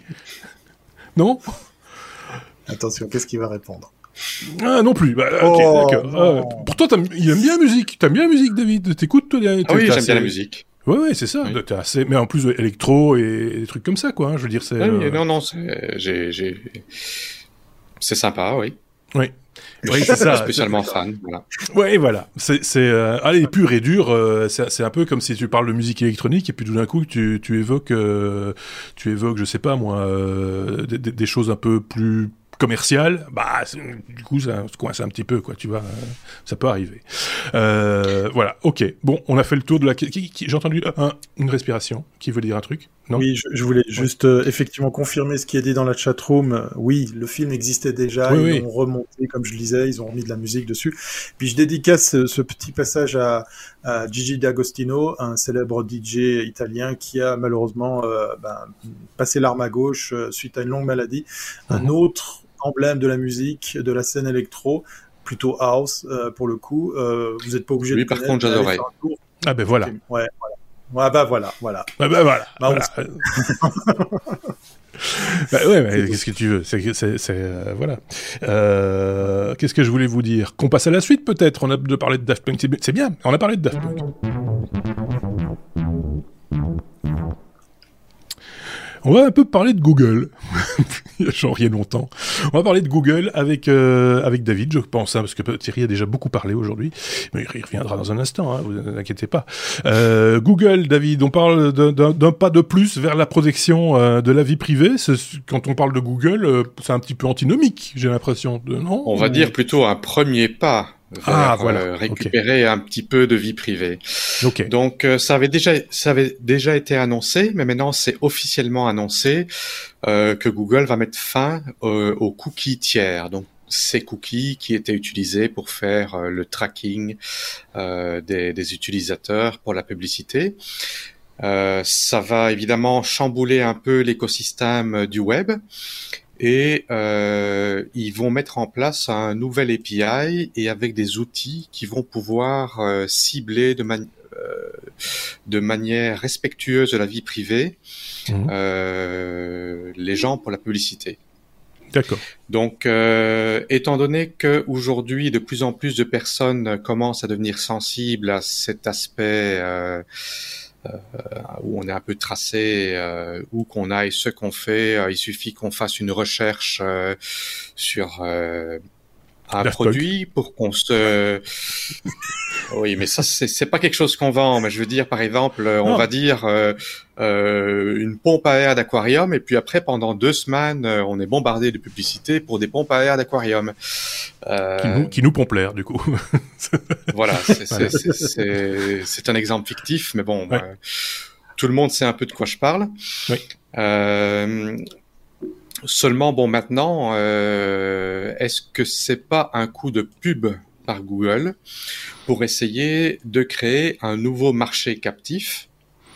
Non. Attention, qu'est-ce qu'il va répondre? Ah non plus. Bah, okay, oh, d'accord. Non. Ah, pourtant, il aime bien la musique. T'aimes bien la musique, David. T'écoutes toi. Ah oui, j'aime assez... bien la musique. Ouais, ouais, c'est ça. Oui. T'es assez... Mais en plus, électro et des trucs comme ça, quoi. Hein, je veux dire, c'est. Oui, euh... Non, non, c'est, j'ai, j'ai... c'est sympa, oui. Oui. Je oui, suis c'est ça. Spécialement c'est... fan, voilà. Ouais, voilà. C'est, c'est, euh... allez, pur et dur. Euh, c'est, c'est un peu comme si tu parles de musique électronique et puis tout d'un coup tu, tu évoques, euh... tu évoques, je sais pas moi, euh... des, des choses un peu plus commercial, bah du coup ça se coince un petit peu quoi, tu vois, ça peut arriver. Euh, voilà, ok. Bon, on a fait le tour de la. Qui, qui, j'ai entendu un, une respiration. Qui veut dire un truc? Non. Oui, je, je voulais juste ouais. euh, effectivement confirmer ce qui est dit dans la chatroom. Oui, le film existait déjà. Oui, ils oui. l'ont remonté, comme je le disais, ils ont remis de la musique dessus. Puis je dédicace ce, ce petit passage à, à Gigi D'Agostino, un célèbre D J italien qui a malheureusement euh, ben, passé l'arme à gauche euh, suite à une longue maladie. Mm-hmm. Un autre emblème de la musique, de la scène électro, plutôt house euh, pour le coup. Euh, vous n'êtes pas obligé Lui, de par contre, j'adorais. Ah ben voilà. Okay. Ouais, voilà. Ouais, bah voilà, voilà. Bah, bah voilà. Bah, voilà. bah ouais, mais qu'est-ce que tu veux? C'est, c'est, c'est euh, voilà. Euh, qu'est-ce que je voulais vous dire? Qu'on passe à la suite peut-être. On a de parler de Daft Punk, c'est, c'est bien. On a parlé de Daft Punk. On va un peu parler de Google. J'en riais longtemps. On va parler de Google avec euh, avec David, je pense, hein, parce que Thierry a déjà beaucoup parlé aujourd'hui, mais il reviendra dans un instant, hein, vous inquiétez pas. Euh, Google, David, on parle d'un, d'un, d'un pas de plus vers la protection euh, de la vie privée. C'est, quand on parle de Google, euh, c'est un petit peu antinomique, j'ai l'impression. De, non on va dire plutôt un premier pas. Vers, ah, voilà. euh, récupérer okay. un petit peu de vie privée. Okay. Donc euh, ça avait déjà ça avait déjà été annoncé, mais maintenant c'est officiellement annoncé euh, que Google va mettre fin euh, aux cookies tiers. Donc ces cookies qui étaient utilisés pour faire euh, le tracking euh, des, des utilisateurs pour la publicité. Euh, ça va évidemment chambouler un peu l'écosystème du web. Et euh, ils vont mettre en place un nouvel A P I et avec des outils qui vont pouvoir euh, cibler de, mani- euh, de manière respectueuse de la vie privée mmh. euh, les gens pour la publicité. D'accord. Donc, euh, étant donné qu'aujourd'hui, de plus en plus de personnes commencent à devenir sensibles à cet aspect euh, euh, où on est un peu tracé, euh, où qu'on aille ce qu'on fait, euh, il suffit qu'on fasse une recherche euh, sur euh, un Daft produit pour qu'on se... Oui, mais ça, c'est, c'est pas quelque chose qu'on vend. Mais je veux dire, par exemple, on Non. va dire euh, euh, une pompe à air d'aquarium, et puis après, pendant deux semaines, euh, on est bombardé de publicités pour des pompes à air d'aquarium. Euh, Qui nous, qui nous pompent l'air, du coup. Voilà, c'est, c'est, c'est, c'est, c'est un exemple fictif, mais bon, Ouais. euh, tout le monde sait un peu de quoi je parle. Oui. Euh, Seulement, bon, maintenant, euh, est-ce que c'est pas un coup de pub par Google pour essayer de créer un nouveau marché captif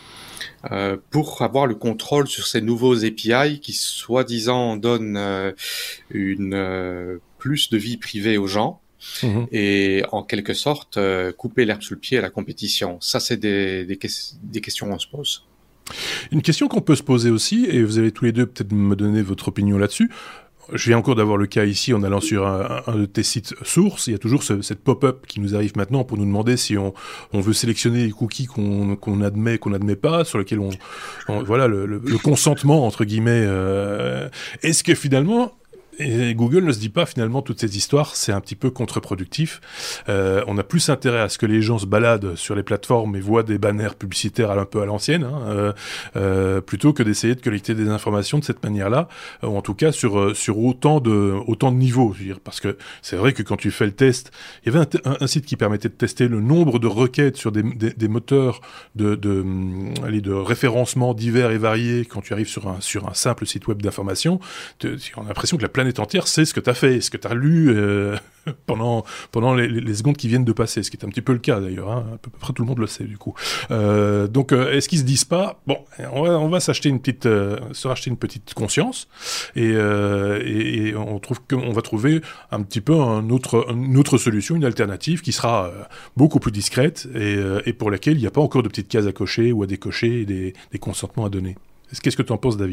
euh, pour avoir le contrôle sur ces nouveaux A P I qui, soi-disant, donnent euh, une euh, plus de vie privée aux gens Mmh. et, en quelque sorte, euh, couper l'herbe sous le pied à la compétition. Ça, c'est des, des, que- des questions qu'on se pose. Une question qu'on peut se poser aussi, et vous allez tous les deux peut-être me donner votre opinion là-dessus. Je viens encore d'avoir le cas ici en allant sur un, un de tes sites sources. Il y a toujours ce, cette pop-up qui nous arrive maintenant pour nous demander si on, on veut sélectionner les cookies qu'on, qu'on admet, qu'on n'admet pas, sur lesquels on, on voilà le, le, le consentement entre guillemets. Euh, est-ce que finalement et Google ne se dit pas finalement toutes ces histoires, c'est un petit peu contre-productif. Euh, on a plus intérêt à ce que les gens se baladent sur les plateformes et voient des banners publicitaires un peu à l'ancienne, hein, euh, euh, plutôt que d'essayer de collecter des informations de cette manière-là, ou en tout cas sur sur autant de autant de niveaux. Je veux dire, parce que c'est vrai que quand tu fais le test, il y avait un, un, un site qui permettait de tester le nombre de requêtes sur des, des, des moteurs de de, allez, de référencement divers et variés. Quand tu arrives sur un sur un simple site web d'information, tu, tu as l'impression que la planète entière sait ce que tu as fait, ce que tu as lu euh, pendant pendant les, les secondes qui viennent de passer, ce qui est un petit peu le cas d'ailleurs, hein, à peu près tout le monde le sait du coup. Euh, donc euh, est-ce qu'ils se disent pas, bon, on va on va s'acheter une petite euh, se racheter une petite conscience et, euh, et, et on trouve qu'on va trouver un petit peu un autre une autre solution, une alternative qui sera euh, beaucoup plus discrète et, euh, et pour laquelle il n'y a pas encore de petites cases à cocher ou à décocher et des, des consentements à donner. Qu'est-ce que tu en penses, David ?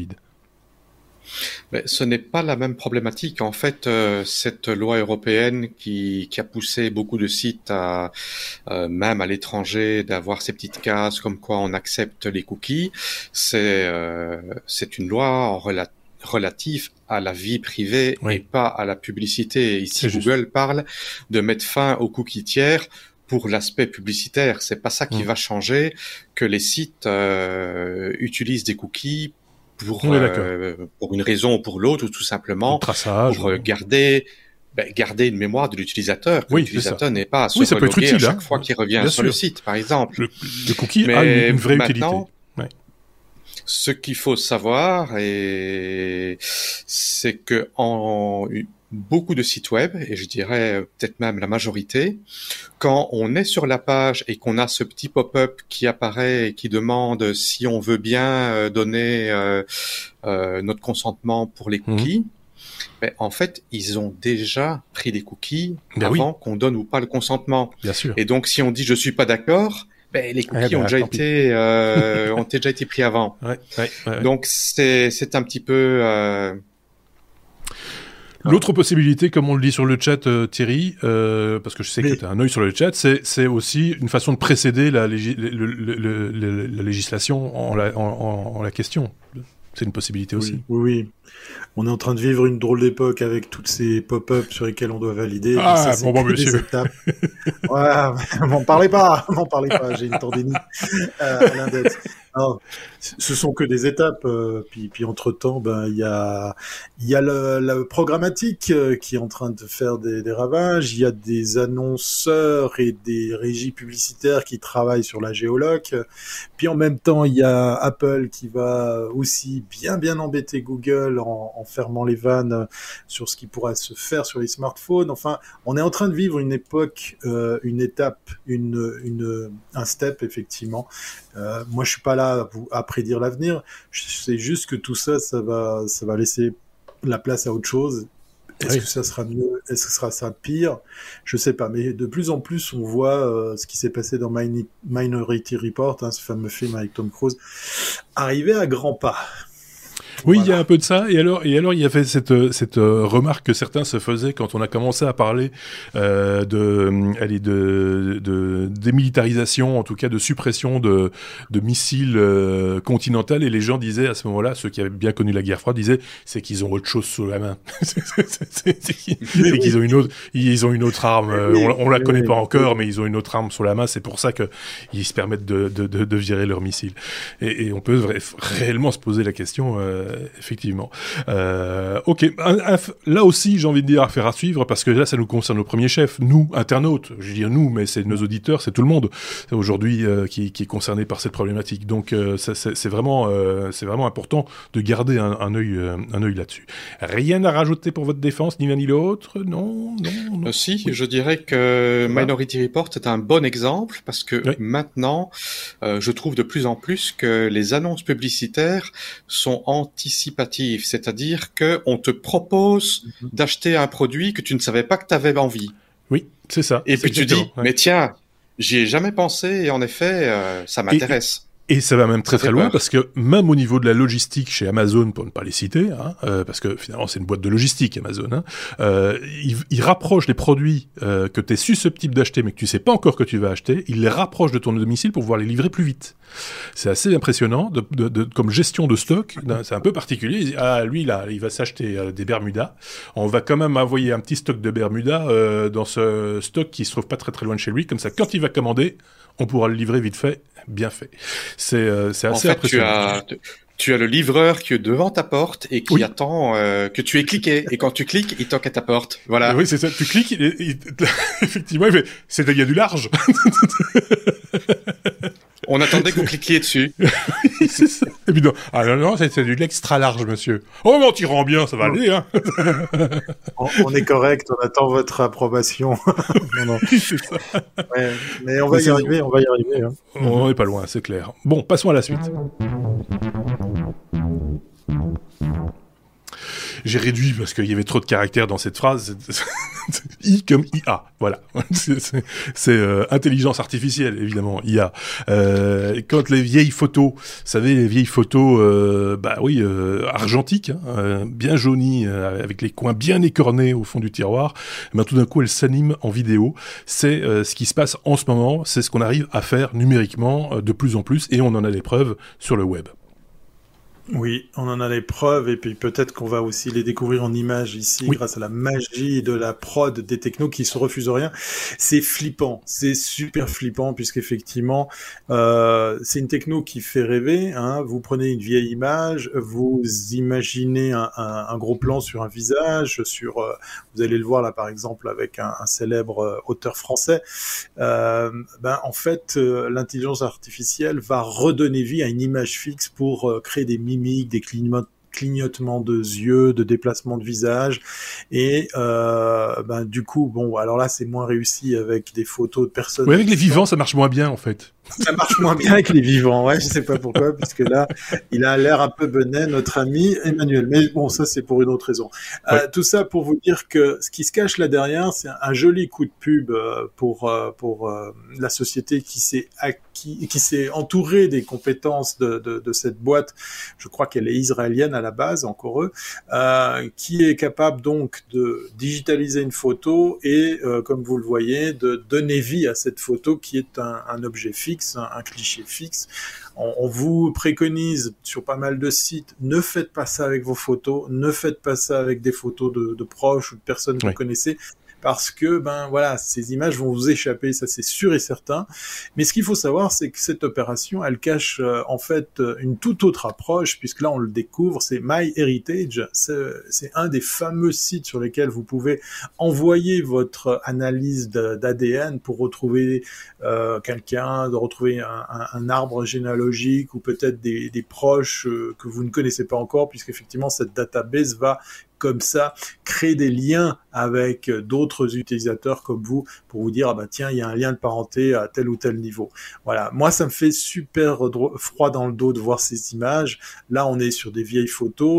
Mais ce n'est pas la même problématique. En fait, euh, cette loi européenne qui, qui a poussé beaucoup de sites, à, euh, même à l'étranger, d'avoir ces petites cases comme quoi on accepte les cookies, c'est, euh, c'est une loi en rela- relative à la vie privée Oui. et pas à la publicité. Ici, C'est juste. Google parle de mettre fin aux cookies tiers pour l'aspect publicitaire. C'est pas ça qui Mm. va changer, que les sites euh, utilisent des cookies pour, On est d'accord. euh, pour une raison ou pour l'autre, ou tout simplement Le traçage. pour euh, garder, ben, garder une mémoire de l'utilisateur. Que Oui, l'utilisateur n'ait pas à se Oui, ça peut être reloguer à utile, chaque hein. fois qu'il revient Bien sur le sûr. site, par exemple. Le, le cookie Mais a une, une vraie utilité. maintenant, Ouais. ce qu'il faut savoir, et c'est que en beaucoup de sites web, et je dirais peut-être même la majorité, quand on est sur la page et qu'on a ce petit pop-up qui apparaît et qui demande si on veut bien euh, donner euh, euh, notre consentement pour les cookies, ben, en fait, ils ont déjà pris des cookies Ben avant qu'on donne ou pas le consentement. Bien sûr. Et donc, si on dit je suis pas d'accord, ben, les cookies Eh ben, ont déjà tant pis. été euh, ont déjà été pris avant. Ouais, ouais, ouais. Donc c'est c'est un petit peu euh, L'autre possibilité, comme on le dit sur le chat, euh, Thierry, euh, parce que je sais Mais- que tu as un œil sur le chat, c'est, c'est aussi une façon de précéder la, légi- le- le- le- le- la législation en la, en, en- en la question. C'est une possibilité aussi. Oui, oui, oui. On est en train de vivre une drôle d'époque avec toutes ces pop-up sur lesquels on doit valider. Ah, Ça, c'est bon, bon, que des monsieur. étapes. Ouais, m'en parlez pas, m'en parlez pas, j'ai une tendinite euh, à l'index. Non, ce sont que des étapes. euh, puis, puis entre-temps, ben il y a, il y a le, le programmatique euh, qui est en train de faire des, des ravages. Il y a des annonceurs et des régies publicitaires qui travaillent sur la géoloc. Puis en même temps, il y a Apple qui va aussi bien bien embêter Google en, en fermant les vannes sur ce qui pourrait se faire sur les smartphones. Enfin, on est en train de vivre une époque, euh, une étape, une, une, un step effectivement. Euh, moi, je suis pas là à, vous, à prédire l'avenir. Je sais juste que tout ça, ça va, ça va laisser la place à autre chose. Est-ce Oui. que ça sera mieux? Est-ce que ça sera ça pire? Je sais pas. Mais de plus en plus, on voit euh, ce qui s'est passé dans Mini- Minority Report, hein, ce fameux film avec Tom Cruise, arriver à grands pas. Oui, Voilà. il y a un peu de ça. Et alors, et alors, il y avait cette cette euh, remarque que certains se faisaient quand on a commencé à parler euh, de, allez, de, de démilitarisation, en tout cas de suppression de de missiles euh, continentaux. Et les gens disaient à ce moment-là, ceux qui avaient bien connu la guerre froide, disaient, c'est qu'ils ont autre chose sous la main. c'est c'est, c'est, c'est qu'ils, c'est oui. qu'ils ont une autre, ils ont une autre arme. Euh, Oui, on, on la oui, connaît oui. pas encore, mais ils ont une autre arme sous la main. C'est pour ça que ils se permettent de de de, de virer leurs missiles. Et, et on peut vra- réellement se poser la question, euh, effectivement. Euh, ok, un, un, là aussi, j'ai envie de dire affaire à suivre, parce que là, ça nous concerne au premier chef, nous, internautes. Je veux dire nous, mais c'est nos auditeurs, c'est tout le monde aujourd'hui euh, qui, qui est concerné par cette problématique. Donc, euh, ça, c'est, c'est vraiment, euh, c'est vraiment important de garder un, un œil, euh, un œil là-dessus. Rien à rajouter pour votre défense, ni l'un ni l'autre. Non, non, non. Euh, si, Oui. je dirais que Ça va. Minority Report est un bon exemple parce que Oui. maintenant, euh, je trouve de plus en plus que les annonces publicitaires sont anticipatives, c'est-à-dire que on te propose Mhm. d'acheter un produit que tu ne savais pas que tu avais envie. Oui, c'est ça. Et c'est puis tu dis, exactement, ouais. mais tiens, j'y ai jamais pensé et en effet, euh, ça m'intéresse. Et ça va même très Ça fait très loin peur. parce que même au niveau de la logistique chez Amazon, pour ne pas les citer, hein, euh, parce que finalement c'est une boîte de logistique Amazon, hein, euh, ils, ils rapprochent les produits euh, que tu es susceptible d'acheter mais que tu sais pas encore que tu vas acheter, ils les rapprochent de ton domicile pour pouvoir les livrer plus vite. C'est assez impressionnant de, de, de, comme gestion de stock, c'est un peu particulier. Ils disent, ah lui là, il va s'acheter euh, des Bermudas, on va quand même envoyer un petit stock de Bermudas euh, dans ce stock qui se trouve pas très très loin de chez lui, comme ça quand il va commander, on pourra le livrer vite fait, bien fait. C'est, euh, c'est En assez fait, tu impressionnant. as, tu as le livreur qui est devant ta porte et qui Oui. attend euh, que tu aies cliqué. Et quand tu cliques, il toque à ta porte. Voilà. Oui, c'est ça. Tu cliques, et, et, effectivement, il fait, c'est, il y a du large. On attendait que vous cliquiez dessus. C'est ça. Et puis non, ah non, non, c'est, c'est du extra large, monsieur. Oh, mais on t'y rend bien, ça va aller, hein. On, on est correct, on attend votre approbation. non, non. C'est ça. Ouais, mais on va Mais y c'est- arriver, on va y arriver. Hein. On n'est pas loin, c'est clair. Bon, passons à la suite. J'ai réduit parce qu'il y avait trop de caractères dans cette phrase. I comme I A, voilà. C'est, c'est, c'est euh, intelligence artificielle, évidemment, I A. Euh, quand les vieilles photos, vous savez, les vieilles photos, euh, bah oui, euh, argentiques, hein, euh, bien jaunies, euh, avec les coins bien écornés au fond du tiroir, eh ben, tout d'un coup, elles s'animent en vidéo. C'est euh, ce qui se passe en ce moment, c'est ce qu'on arrive à faire numériquement euh, de plus en plus, et on en a des preuves sur le web. Oui, on en a les preuves et puis peut-être qu'on va aussi les découvrir en images ici Oui. grâce à la magie de la prod des technos qui se refusent rien. C'est flippant, c'est super flippant puisqu'effectivement euh, c'est une techno qui fait rêver. Hein. Vous prenez une vieille image, vous imaginez un, un, un gros plan sur un visage, sur euh, vous allez le voir là par exemple avec un, un célèbre euh, auteur français. Euh, ben en fait euh, l'intelligence artificielle va redonner vie à une image fixe pour euh, créer des mimiques, des clignotements clignotements de yeux, de déplacement de visage, et euh, ben du coup, bon, alors là, c'est moins réussi avec des photos de personnes. Oui, avec les vivants, ça marche moins bien, en fait. Ça marche moins bien avec les vivants, ouais, je sais pas pourquoi, puisque là, il a l'air un peu benet, notre ami Emmanuel. Mais bon, ça, c'est pour une autre raison. Ouais. Euh, tout ça pour vous dire que ce qui se cache là derrière, c'est un joli coup de pub euh, pour euh, pour euh, la société qui s'est acquis, qui s'est entourée des compétences de, de, de cette boîte. Je crois qu'elle est israélienne à la base, encore eux, euh, qui est capable donc de digitaliser une photo et, euh, comme vous le voyez, de donner vie à cette photo qui est un, un objet fixe. Un, un cliché fixe. On, on vous préconise sur pas mal de sites, ne faites pas ça avec vos photos, ne faites pas ça avec des photos de, de proches ou de personnes que oui. vous connaissez, parce que ben voilà, ces images vont vous échapper, ça c'est sûr et certain. Mais ce qu'il faut savoir, c'est que cette opération, elle cache euh, en fait une toute autre approche, puisque là on le découvre, c'est MyHeritage, c'est, c'est un des fameux sites sur lesquels vous pouvez envoyer votre analyse de, d'A D N pour retrouver euh, quelqu'un, de retrouver un, un, un arbre généalogique ou peut-être des, des proches euh, que vous ne connaissez pas encore, puisqu'effectivement cette database va comme ça, créer des liens avec d'autres utilisateurs comme vous pour vous dire, ah bah tiens, il y a un lien de parenté à tel ou tel niveau. Voilà. Moi, ça me fait super dro- froid dans le dos de voir ces images. Là, on est sur des vieilles photos.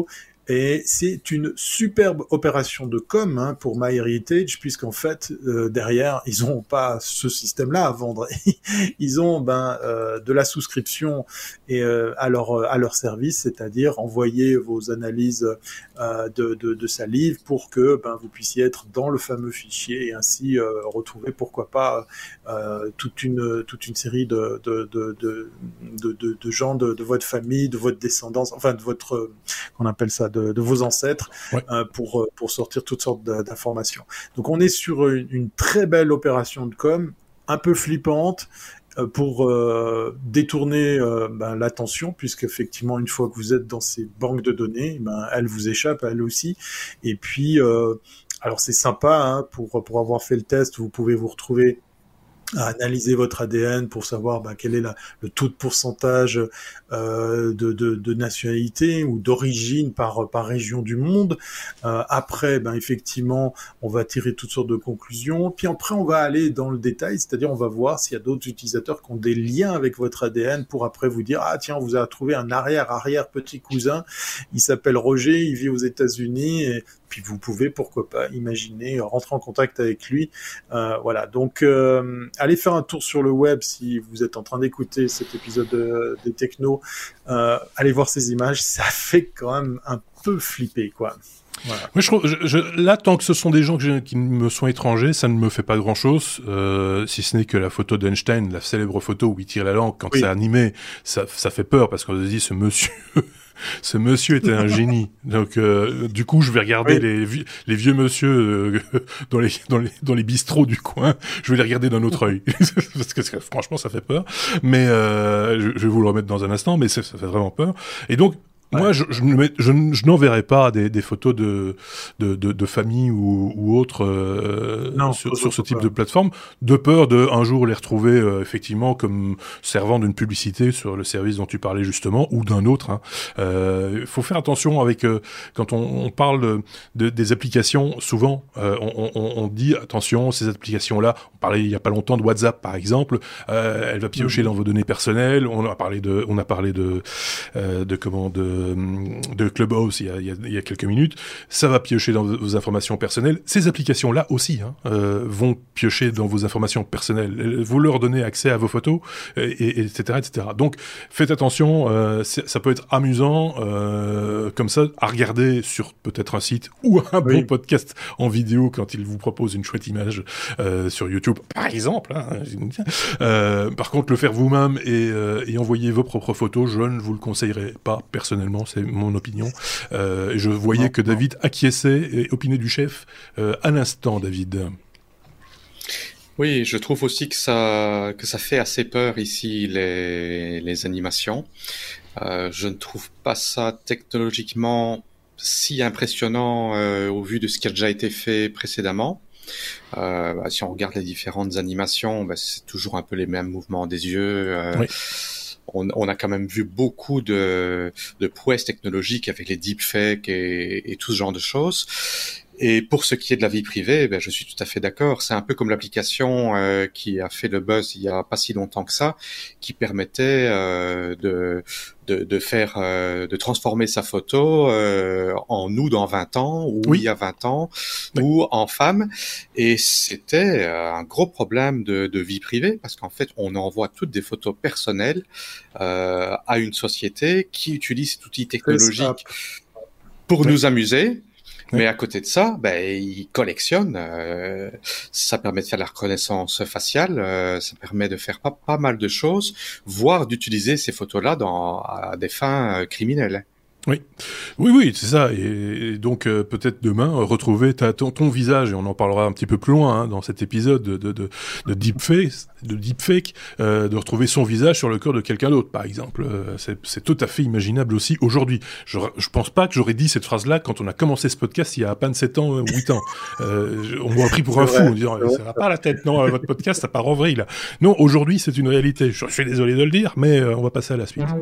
Et c'est une superbe opération de com hein, pour MyHeritage, puisqu'en fait, euh, derrière, ils n'ont pas ce système-là à vendre. Ils ont ben, euh, de la souscription et, euh, à, leur, à leur service, c'est-à-dire envoyer vos analyses euh, de, de, de salive pour que ben, vous puissiez être dans le fameux fichier et ainsi euh, retrouver, pourquoi pas, euh, toute, une, toute une série de, de, de, de, de, de, de gens de, de votre famille, de votre descendance, enfin de votre, qu'on appelle ça, de, de vos ancêtres, ouais. euh, pour, pour sortir toutes sortes d'informations. Donc on est sur une, une très belle opération de com, un peu flippante, euh, pour euh, détourner euh, ben, l'attention, puisqu'effectivement, une fois que vous êtes dans ces banques de données, ben, elles vous échappent, elles aussi. Et puis, euh, alors c'est sympa, hein, pour, pour avoir fait le test, vous pouvez vous retrouver à analyser votre A D N pour savoir ben, quel est la, le taux de pourcentage euh, de, de, de nationalité ou d'origine par, par région du monde. Euh, après, ben, effectivement, on va tirer toutes sortes de conclusions. Puis après, on va aller dans le détail, c'est-à-dire on va voir s'il y a d'autres utilisateurs qui ont des liens avec votre A D N pour après vous dire « Ah tiens, on vous a trouvé un arrière-arrière-petit-cousin, il s'appelle Roger, il vit aux États-Unis. » et puis vous pouvez, pourquoi pas, imaginer, rentrer en contact avec lui. Euh, voilà, donc euh, allez faire un tour sur le web si vous êtes en train d'écouter cet épisode de, des Technos. Euh, allez voir ces images, ça fait quand même un peu flipper, quoi. Voilà. Moi, je trouve, je, je, là, tant que ce sont des gens que je, qui me sont étrangers, ça ne me fait pas grand-chose, euh, si ce n'est que la photo d'Einstein, la célèbre photo où il tire la langue, quand oui. c'est animé, ça, ça fait peur, parce qu'on se dit, ce monsieur... Ce monsieur était un génie. Donc, euh, du coup, je vais regarder oui. les, vi- les vieux monsieur euh, dans les dans les dans les bistrots du coin. Je vais les regarder d'un autre œil parce que franchement, ça fait peur. Mais euh, je, je vais vous le remettre dans un instant. Mais ça, ça fait vraiment peur. Et donc. Ouais. Moi, je, je, je, je n'enverrai pas des, des photos de, de, de, de famille ou, ou autres euh, non, sur, sur ce type pas. de plateforme, de peur de un jour les retrouver euh, effectivement comme servant d'une publicité sur le service dont tu parlais justement ou d'un autre. Hein. Euh, faut faire attention avec euh, quand on, on parle de, de, des applications. Souvent, euh, on, on, on dit attention, ces applications-là. On parlait il y a pas longtemps de WhatsApp par exemple. Euh, elle va piocher mmh. dans vos données personnelles. On a parlé de, on a parlé de, euh, de comment de de Clubhouse il y, a, il, y a, il y a quelques minutes, ça va piocher dans vos informations personnelles. Ces applications-là aussi hein, euh, vont piocher dans vos informations personnelles. Vous leur donnez accès à vos photos, et, et, etc., et cetera. Donc, faites attention, euh, ça peut être amusant, euh, comme ça, à regarder sur peut-être un site ou un oui. bon podcast en vidéo quand il vous propose une chouette image euh, sur YouTube, par exemple. Hein, euh, par contre, le faire vous-même et, euh, et envoyer vos propres photos, je ne vous le conseillerais pas personnellement. C'est mon opinion. Euh, je voyais non, que David non. acquiesçait et opinait du chef euh, à l'instant, David. Oui, je trouve aussi que ça, que ça fait assez peur ici, les, les animations. Euh, je ne trouve pas ça technologiquement si impressionnant euh, au vu de ce qui a déjà été fait précédemment. Euh, bah, si on regarde les différentes animations, bah, c'est toujours un peu les mêmes mouvements des yeux. Euh, oui. On, on a quand même vu beaucoup de, de prouesses technologiques avec les deepfakes et, et tout ce genre de choses. Et pour ce qui est de la vie privée, ben, je suis tout à fait d'accord. C'est un peu comme l'application euh, qui a fait le buzz il y a pas si longtemps que ça, qui permettait euh, de, de, de faire, euh, de transformer sa photo euh, en nous dans vingt ans ou oui. il y a vingt ans oui. ou en femme. Et c'était un gros problème de, de vie privée parce qu'en fait, on envoie toutes des photos personnelles euh, à une société qui utilise cet outil technologique pour oui. nous amuser. Mais à côté de ça, ben, ils collectionnent. Euh, ça permet de faire la reconnaissance faciale. Euh, ça permet de faire pas, pas mal de choses, voire d'utiliser ces photos-là dans à des fins euh, criminelles. Oui, oui, oui, c'est ça. Et, et donc euh, peut-être demain euh, retrouver ta, ton, ton visage, et on en parlera un petit peu plus loin hein, dans cet épisode de, de, de, de deepfake, de deepfake, euh, de retrouver son visage sur le corps de quelqu'un d'autre, par exemple. Euh, c'est, c'est tout à fait imaginable aussi aujourd'hui. Je, je pense pas que j'aurais dit cette phrase-là quand on a commencé ce podcast il y a à peine sept ans, euh, huit ans. Euh, je, on m'a pris pour un fou en disant ça va pas la tête, non, votre podcast ça part en vrille là. Non, aujourd'hui c'est une réalité. Je, je suis désolé de le dire, mais euh, on va passer à la suite.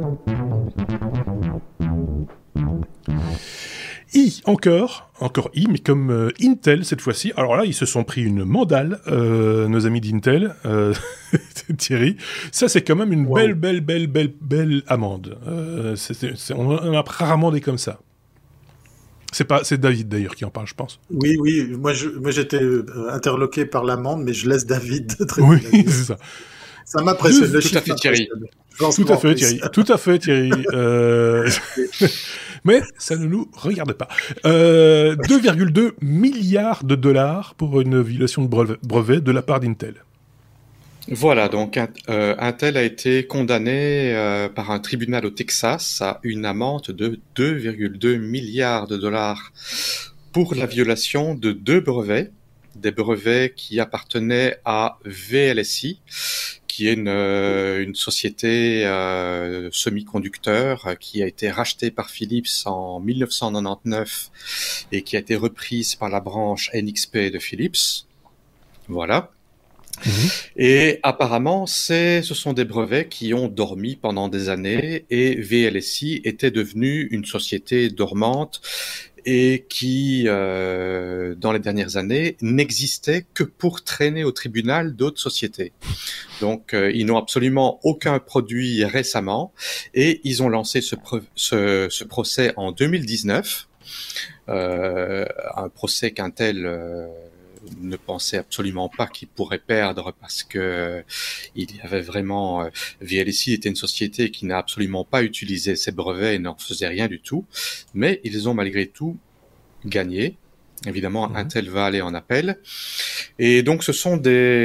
I, encore, encore I, mais comme euh, Intel cette fois-ci. Alors là, ils se sont pris une mandale, euh, nos amis d'Intel, euh, Thierry. Ça, c'est quand même une wow. belle, belle, belle, belle, belle amende. Euh, c'est, c'est, on en a rarement des comme ça. C'est pas, c'est David d'ailleurs qui en parle, je pense. Oui, oui. Moi, je, moi, j'étais euh, interloqué par l'amende, mais je laisse David traiter. Oui, c'est ça. Ça m'impressionne. Le Tout à fait, Thierry. Lancement, Tout à fait, oui. Thierry. Tout à fait, Thierry. Euh... Mais ça ne nous regarde pas. Euh, deux virgule deux milliards de dollars pour une violation de brevet, brevet de la part d'Intel. Voilà, donc euh, Intel a été condamné euh, par un tribunal au Texas à une amende de deux virgule deux milliards de dollars pour la violation de deux brevets, des brevets qui appartenaient à V L S I, qui est une, euh, une société euh, semi-conducteur qui a été rachetée par Philips en mille neuf cent quatre-vingt-dix-neuf et qui a été reprise par la branche N X P de Philips. Voilà. Mmh. Et apparemment, c'est, ce sont des brevets qui ont dormi pendant des années et V L S I était devenue une société dormante et qui, euh, dans les dernières années, n'existait que pour traîner au tribunal d'autres sociétés. Donc, euh, ils n'ont absolument aucun produit récemment et ils ont lancé ce, pre- ce, ce procès en deux mille dix-neuf, euh, un procès qu'Intel euh, ne pensait absolument pas qu'il pourrait perdre parce que euh, il y avait vraiment euh, V L S I était une société qui n'a absolument pas utilisé ses brevets et n'en faisait rien du tout, mais ils ont malgré tout gagné. Évidemment, mmh. Intel va aller en appel. Et donc, ce sont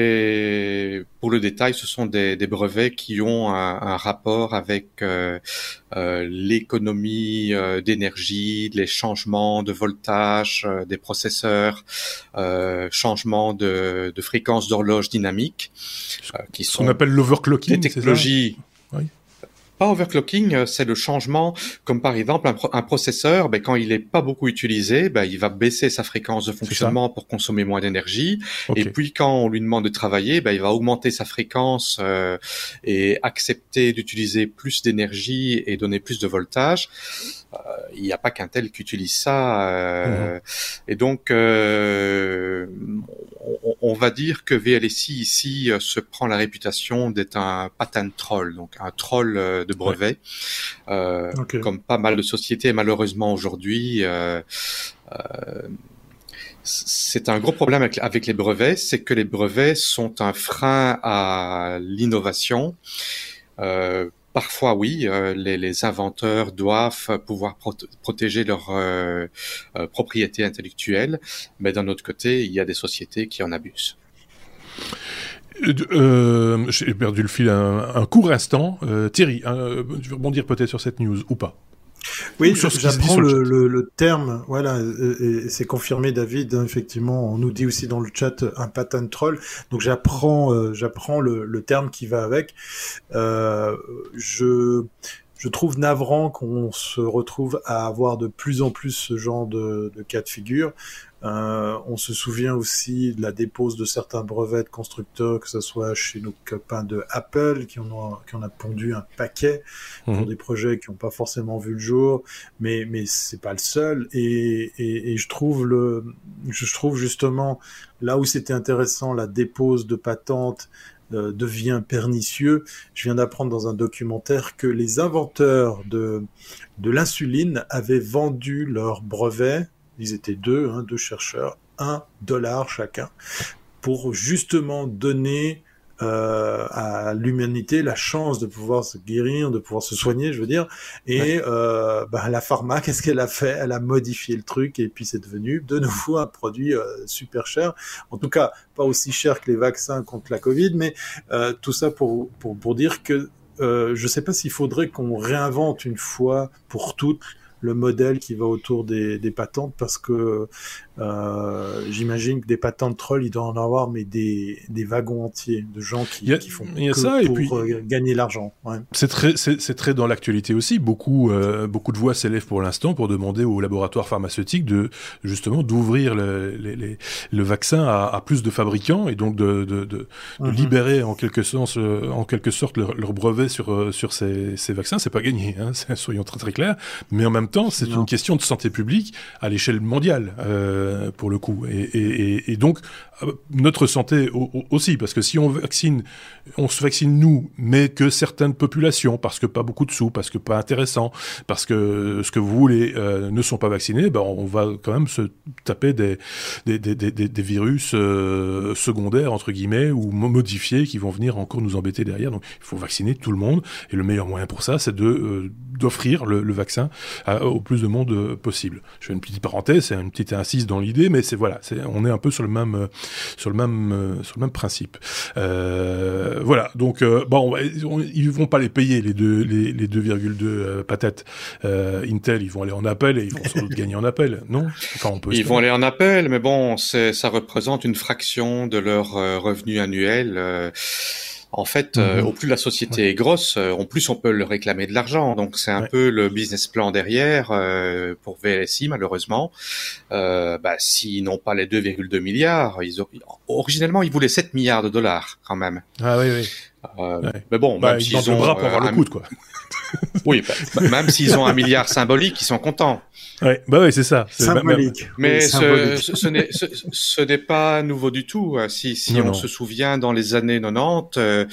des, pour le détail, ce sont des, des brevets qui ont un, un rapport avec euh, euh, l'économie euh, d'énergie, les changements de voltage euh, des processeurs, euh, changements de, de fréquence d'horloge dynamique, euh, qui ce sont qu'on appelle l'overclocking, des technologies. Oui. Pas overclocking, c'est le changement, comme par exemple un, pro- un processeur, ben, quand il est pas beaucoup utilisé, ben, il va baisser sa fréquence de fonctionnement pour consommer moins d'énergie. Okay. Et puis quand on lui demande de travailler, ben, il va augmenter sa fréquence euh, et accepter d'utiliser plus d'énergie et donner plus de voltage. Euh, il n'y a pas qu'Intel qui utilise ça. Euh, mmh. Et donc, euh, on, on va dire que V L S I ici euh, se prend la réputation d'être un patent troll, donc un troll euh, de brevets, ouais. euh, okay. Comme pas mal de sociétés malheureusement aujourd'hui. Euh, euh, c'est un gros problème avec, avec les brevets, c'est que les brevets sont un frein à l'innovation. Euh, Parfois, oui, euh, les, les inventeurs doivent pouvoir pro- protéger leurs euh, euh, propriétés intellectuelles, mais d'un autre côté, il y a des sociétés qui en abusent. Euh, j'ai perdu le fil un, un court instant. Euh, Thierry, euh, tu veux rebondir peut-être sur cette news ou pas ? Oui, j'apprends le, le, le, le terme, voilà, et, et c'est confirmé, David, hein, effectivement, on nous dit aussi dans le chat un patent troll, donc j'apprends euh, j'apprends le, le terme qui va avec. Euh, je, je trouve navrant qu'on se retrouve à avoir de plus en plus ce genre de, de cas de figure. Euh, on se souvient aussi de la dépose de certains brevets de constructeurs, que ce soit chez nos copains de Apple, qui en ont, qui en a pondu un paquet mmh. pour des projets qui n'ont pas forcément vu le jour, mais, mais c'est pas le seul. Et, et, et je trouve le, je trouve justement là où c'était intéressant, la dépose de patentes euh, devient pernicieux. Je viens d'apprendre dans un documentaire que les inventeurs de, de l'insuline avaient vendu leurs brevets. Ils étaient deux, hein, deux chercheurs, un dollar chacun, pour justement donner euh, à l'humanité la chance de pouvoir se guérir, de pouvoir se soigner, je veux dire. Et ouais. euh, bah, la pharma, qu'est-ce qu'elle a fait ? Elle a modifié le truc et puis c'est devenu de nouveau un produit euh, super cher. En tout cas, pas aussi cher que les vaccins contre la Covid, mais euh, tout ça pour pour pour dire que euh, je sais pas s'il faudrait qu'on réinvente une fois pour toutes le modèle qui va autour des, des patentes, parce que euh, j'imagine que des patentes trolls, il doit en avoir, mais des, des wagons entiers de gens qui, a, qui font y a que ça, pour et puis, euh, gagner l'argent. Ouais. C'est très, c'est, c'est très dans l'actualité aussi. Beaucoup, euh, beaucoup de voix s'élèvent pour l'instant pour demander aux laboratoires pharmaceutiques de justement d'ouvrir le, les, les, le vaccin à, à plus de fabricants et donc de, de, de, de mm-hmm. libérer en quelque sens, euh, en quelque sorte leur, leur brevet sur sur ces, ces vaccins. C'est pas gagné, hein, soyons très très clairs. Mais en même temps, c'est non. une question de santé publique à l'échelle mondiale, euh, pour le coup. Et, et, et donc, notre santé aussi, parce que si on vaccine, on se vaccine nous, mais que certaines populations, parce que pas beaucoup de sous, parce que pas intéressant, parce que ce que vous voulez euh, ne sont pas vaccinés, ben on va quand même se taper des des des des, des virus euh, secondaires entre guillemets ou modifiés qui vont venir encore nous embêter derrière. Donc il faut vacciner tout le monde, et le meilleur moyen pour ça, c'est de euh, d'offrir le, le vaccin à, au plus de monde euh, possible. Je fais une petite parenthèse, c'est une petite incise dans l'idée, mais c'est voilà, c'est, on est un peu sur le même euh, sur le même euh, sur le même principe. Euh, voilà, donc euh, bon, on, on, ils vont pas les payer les deux les, les deux virgule deux euh, patates. Euh, Intel, ils vont aller en appel et ils vont sans doute gagner en appel, non? Enfin, on peut. Ils vont aller en appel, mais bon, c'est ça représente une fraction de leur euh, revenu annuel. Euh, En fait, euh, mmh. au plus la société ouais. est grosse, euh, au plus on peut leur réclamer de l'argent. Donc c'est un ouais. peu le business plan derrière euh, pour V L S I, malheureusement. Euh, bah, s'ils n'ont pas les deux virgule deux milliards, ils ont... originellement ils voulaient sept milliards de dollars quand même. Ah oui, oui. Euh, ouais. Mais bon, bah, même s'ils ont bras pour avoir euh, le coude, quoi. Oui, bah, même s'ils ont un milliard symbolique, ils sont contents. Ouais, bah oui, c'est ça. C'est symbolique. Mais oui, ce, symbolique. ce, ce, n'est, ce, ce n'est pas nouveau du tout. Si, si non, on non. se souvient, dans les années quatre-vingt-dix, euh,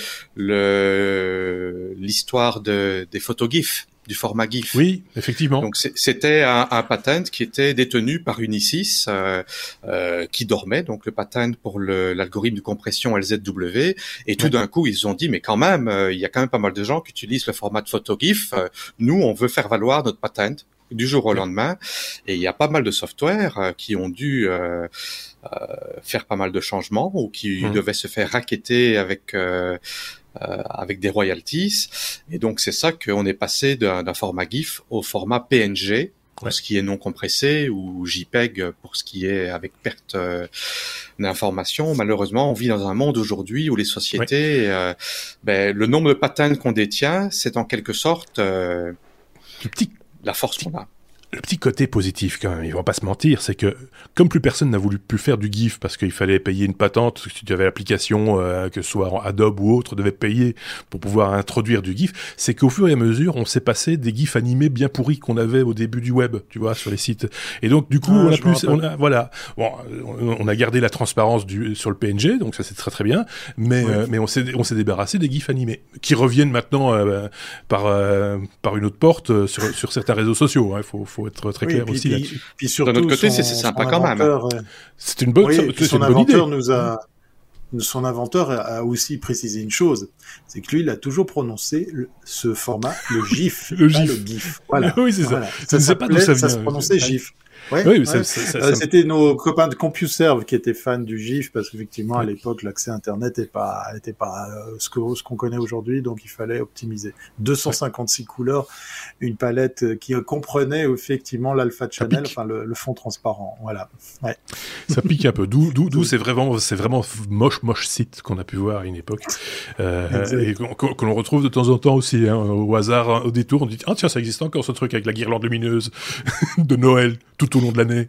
le, l'histoire de, des photos GIF, du format GIF. Oui, effectivement. Donc c'était un, un patent qui était détenu par Unisys, euh, euh, qui dormait, donc le patent pour le, l'algorithme de compression L Z W. Et tout ouais. d'un coup, ils ont dit, mais quand même, euh, il y a quand même pas mal de gens qui utilisent le format de photo GIF. Euh, nous, on veut faire valoir notre patent du jour au lendemain. Et il y a pas mal de software euh, qui ont dû euh, euh, faire pas mal de changements ou qui mmh. devaient se faire racketter avec euh, euh, avec des royalties. Et donc c'est ça qu'on est passé d'un, d'un format GIF au format P N G pour ouais. ce qui est non compressé, ou JPEG pour ce qui est avec perte euh, d'informations. Malheureusement, on vit dans un monde aujourd'hui où les sociétés, ouais. euh, ben, le nombre de patents qu'on détient, c'est en quelque sorte euh, le petit la force qu'on a. Le petit côté positif, quand même, ils vont pas se mentir, c'est que comme plus personne n'a voulu plus faire du GIF parce qu'il fallait payer une patente, si tu avais l'application, euh, que ce soit Adobe ou autre, devait payer pour pouvoir introduire du GIF, c'est qu'au fur et à mesure, on s'est passé des GIFs animés bien pourris qu'on avait au début du web, tu vois, sur les sites. Et donc, du coup, ah, on a plus, on a, voilà, bon, on a gardé la transparence du, sur le P N G, donc ça c'est très très bien, mais, oui. euh, mais on s'est, on s'est débarrassé des GIFs animés, qui reviennent maintenant euh, par, euh, par une autre porte euh, sur, sur certains réseaux sociaux, hein, il faut, faut être très clair oui, puis, puis, aussi là-dessus. Puis surtout, de notre côté, son, c'est, c'est sympa quand même. Euh... C'est une bonne, oui, c'est, c'est son une inventeur bonne idée. nous a, son inventeur a aussi précisé une chose, c'est que lui, il a toujours prononcé le, ce format, le GIF, le pas GIF. le GIF. Voilà. Oui, c'est ça. Voilà. Ça, ça, pas ça, ça se prononçait GIF. Ouais, oui, ouais. ça, ça, ça, euh, ça... C'était nos copains de CompuServe qui étaient fans du GIF parce qu'effectivement à l'époque l'accès Internet n'était pas, était pas euh, ce, que, ce qu'on connaît aujourd'hui, donc il fallait optimiser. deux cent cinquante-six ouais. couleurs, une palette qui comprenait effectivement l'Alpha Channel, enfin le, le fond transparent. Voilà. Ouais. Ça pique un peu. D'où, d'où, d'où c'est vraiment, c'est vraiment moche, moche site qu'on a pu voir à une époque euh, et qu'on, qu'on l'on retrouve de temps en temps aussi hein, au hasard, au détour. On dit ah tiens ça existe encore ce truc avec la guirlande lumineuse de Noël tout au long de l'année.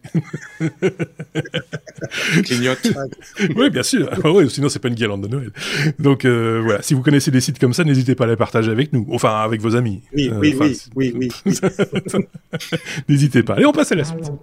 Clignote. Oui, bien sûr. Oui, sinon, c'est pas une guirlande de Noël. Donc, euh, voilà. Si vous connaissez des sites comme ça, n'hésitez pas à les partager avec nous. Enfin, avec vos amis. Oui, euh, oui, enfin, oui, oui, oui, oui. N'hésitez pas. Allez, on passe à la suite.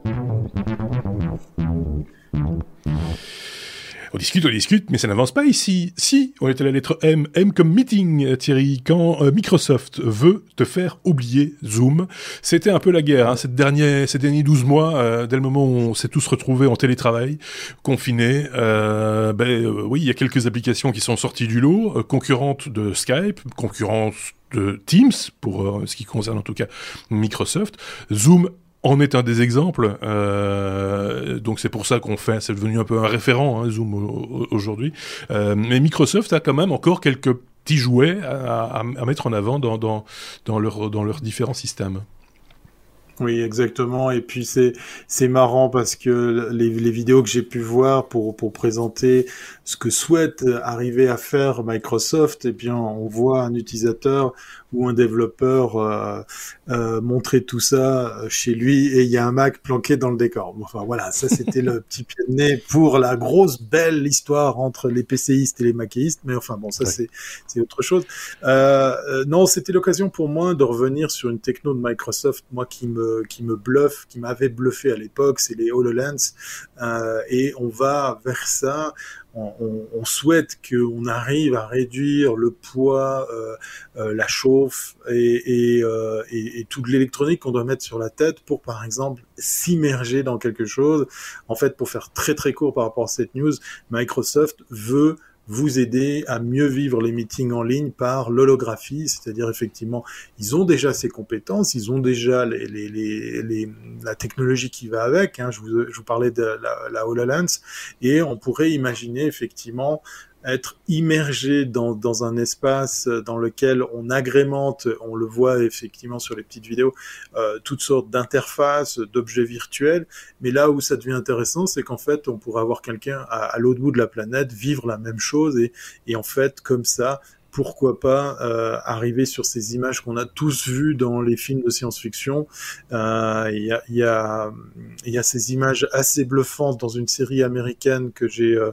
On discute, on discute, mais ça n'avance pas ici. Si, on est à la lettre M. M comme meeting, Thierry. Quand euh, Microsoft veut te faire oublier Zoom, c'était un peu la guerre, hein, cette dernière, ces derniers douze mois, euh, dès le moment où on s'est tous retrouvés en télétravail, confinés. Euh, ben euh, oui, il y a quelques applications qui sont sorties du lot, euh, concurrentes de Skype, concurrentes de Teams, pour euh, ce qui concerne en tout cas Microsoft. Zoom en est un des exemples, euh, donc c'est pour ça qu'on fait, c'est devenu un peu un référent, hein, Zoom aujourd'hui. Euh, mais Microsoft a quand même encore quelques petits jouets à, à, à mettre en avant dans, dans, dans, leur, dans leurs différents systèmes. Oui, exactement. Et puis c'est c'est marrant parce que les les vidéos que j'ai pu voir pour pour présenter ce que souhaite arriver à faire Microsoft, eh bien on voit un utilisateur où un développeur euh, euh, montrait tout ça chez lui et il y a un Mac planqué dans le décor. Enfin voilà, ça c'était le petit pied de nez pour la grosse belle histoire entre les PCistes et les Macéistes, mais enfin bon, ça ouais. c'est c'est autre chose. Euh, euh, non, c'était l'occasion pour moi de revenir sur une techno de Microsoft, moi qui me qui me bluffe, qui m'avait bluffé à l'époque, c'est les HoloLens, euh, et on va vers ça. On, on, on souhaite qu'on arrive à réduire le poids, euh, euh, la chauffe et, et, euh, et, et toute l'électronique qu'on doit mettre sur la tête pour, par exemple, s'immerger dans quelque chose. En fait, pour faire très très court par rapport à cette news, Microsoft veut vous aider à mieux vivre les meetings en ligne par l'holographie, c'est-à-dire effectivement, ils ont déjà ces compétences, ils ont déjà les, les, les, les, la technologie qui va avec, hein, je, vous, je vous parlais de la, la HoloLens, et on pourrait imaginer effectivement être immergé dans, dans un espace dans lequel on agrémente, on le voit effectivement sur les petites vidéos, euh, toutes sortes d'interfaces, d'objets virtuels, mais là où ça devient intéressant, c'est qu'en fait, on pourrait avoir quelqu'un à, à l'autre bout de la planète vivre la même chose, et, et en fait, comme ça, pourquoi pas euh, arriver sur ces images qu'on a tous vues dans les films de science-fiction. Euh, il y a, il y a, il y a ces images assez bluffantes dans une série américaine que j'ai euh,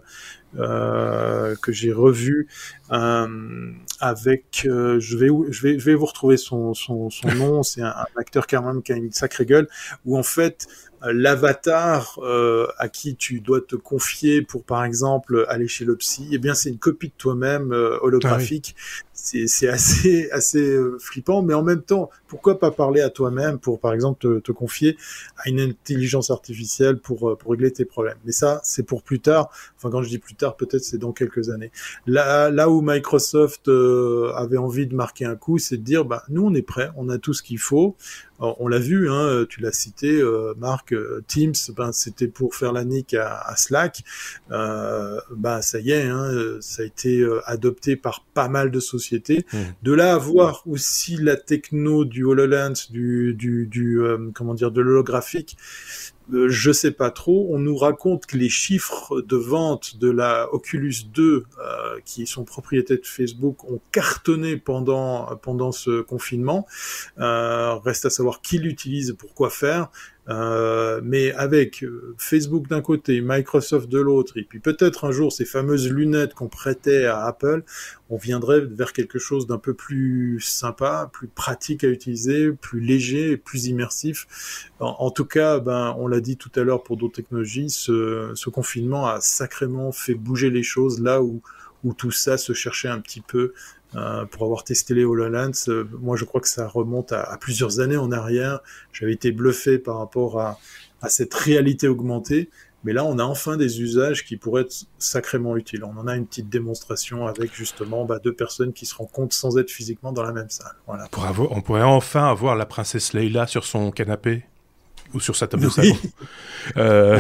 euh, que j'ai revu euh, avec euh, je vais je vais je vais vous retrouver son son son nom, c'est un, un acteur quand même qui a une sacrée gueule, où en fait l'avatar euh, à qui tu dois te confier pour par exemple aller chez le psy, eh bien c'est une copie de toi-même euh, holographique. Ah oui. C'est c'est assez assez euh, flippant, mais en même temps, pourquoi pas parler à toi-même pour par exemple te, te confier à une intelligence artificielle pour pour régler tes problèmes. Mais ça, c'est pour plus tard. Enfin, quand je dis plus tard, peut-être c'est dans quelques années. Là là où Microsoft euh, avait envie de marquer un coup, c'est de dire bah nous on est prêts, on a tout ce qu'il faut. Alors, on l'a vu, hein, tu l'as cité, euh, Marc, euh, Teams, ben c'était pour faire la nique à, à Slack. Euh, bah ça y est, hein, ça a été euh, adopté par pas mal de sociétés. Mmh. De là à voir aussi la techno du HoloLens, du, du, du euh, comment dire, de l'holographique. Euh, je sais pas trop. On nous raconte que les chiffres de vente de la Oculus deux, euh, qui sont propriétés de Facebook, ont cartonné pendant pendant ce confinement. Euh, reste à savoir qui l'utilise, pourquoi faire. Euh, mais avec Facebook d'un côté, Microsoft de l'autre, et puis peut-être un jour ces fameuses lunettes qu'on prêtait à Apple, on viendrait vers quelque chose d'un peu plus sympa, plus pratique à utiliser, plus léger, plus immersif. En, en tout cas, ben, on l'a dit tout à l'heure pour d'autres technologies, ce, ce confinement a sacrément fait bouger les choses là où, où tout ça se cherchait un petit peu. Euh, pour avoir testé les HoloLens, euh, moi je crois que ça remonte à, à plusieurs années en arrière. J'avais été bluffé par rapport à, à cette réalité augmentée, mais là on a enfin des usages qui pourraient être sacrément utiles. On en a une petite démonstration avec justement bah, deux personnes qui se rencontrent sans être physiquement dans la même salle. Voilà. Pour avoir, on pourrait enfin avoir la princesse Leila sur son canapé ou sur sa table de salon. Oui. Euh...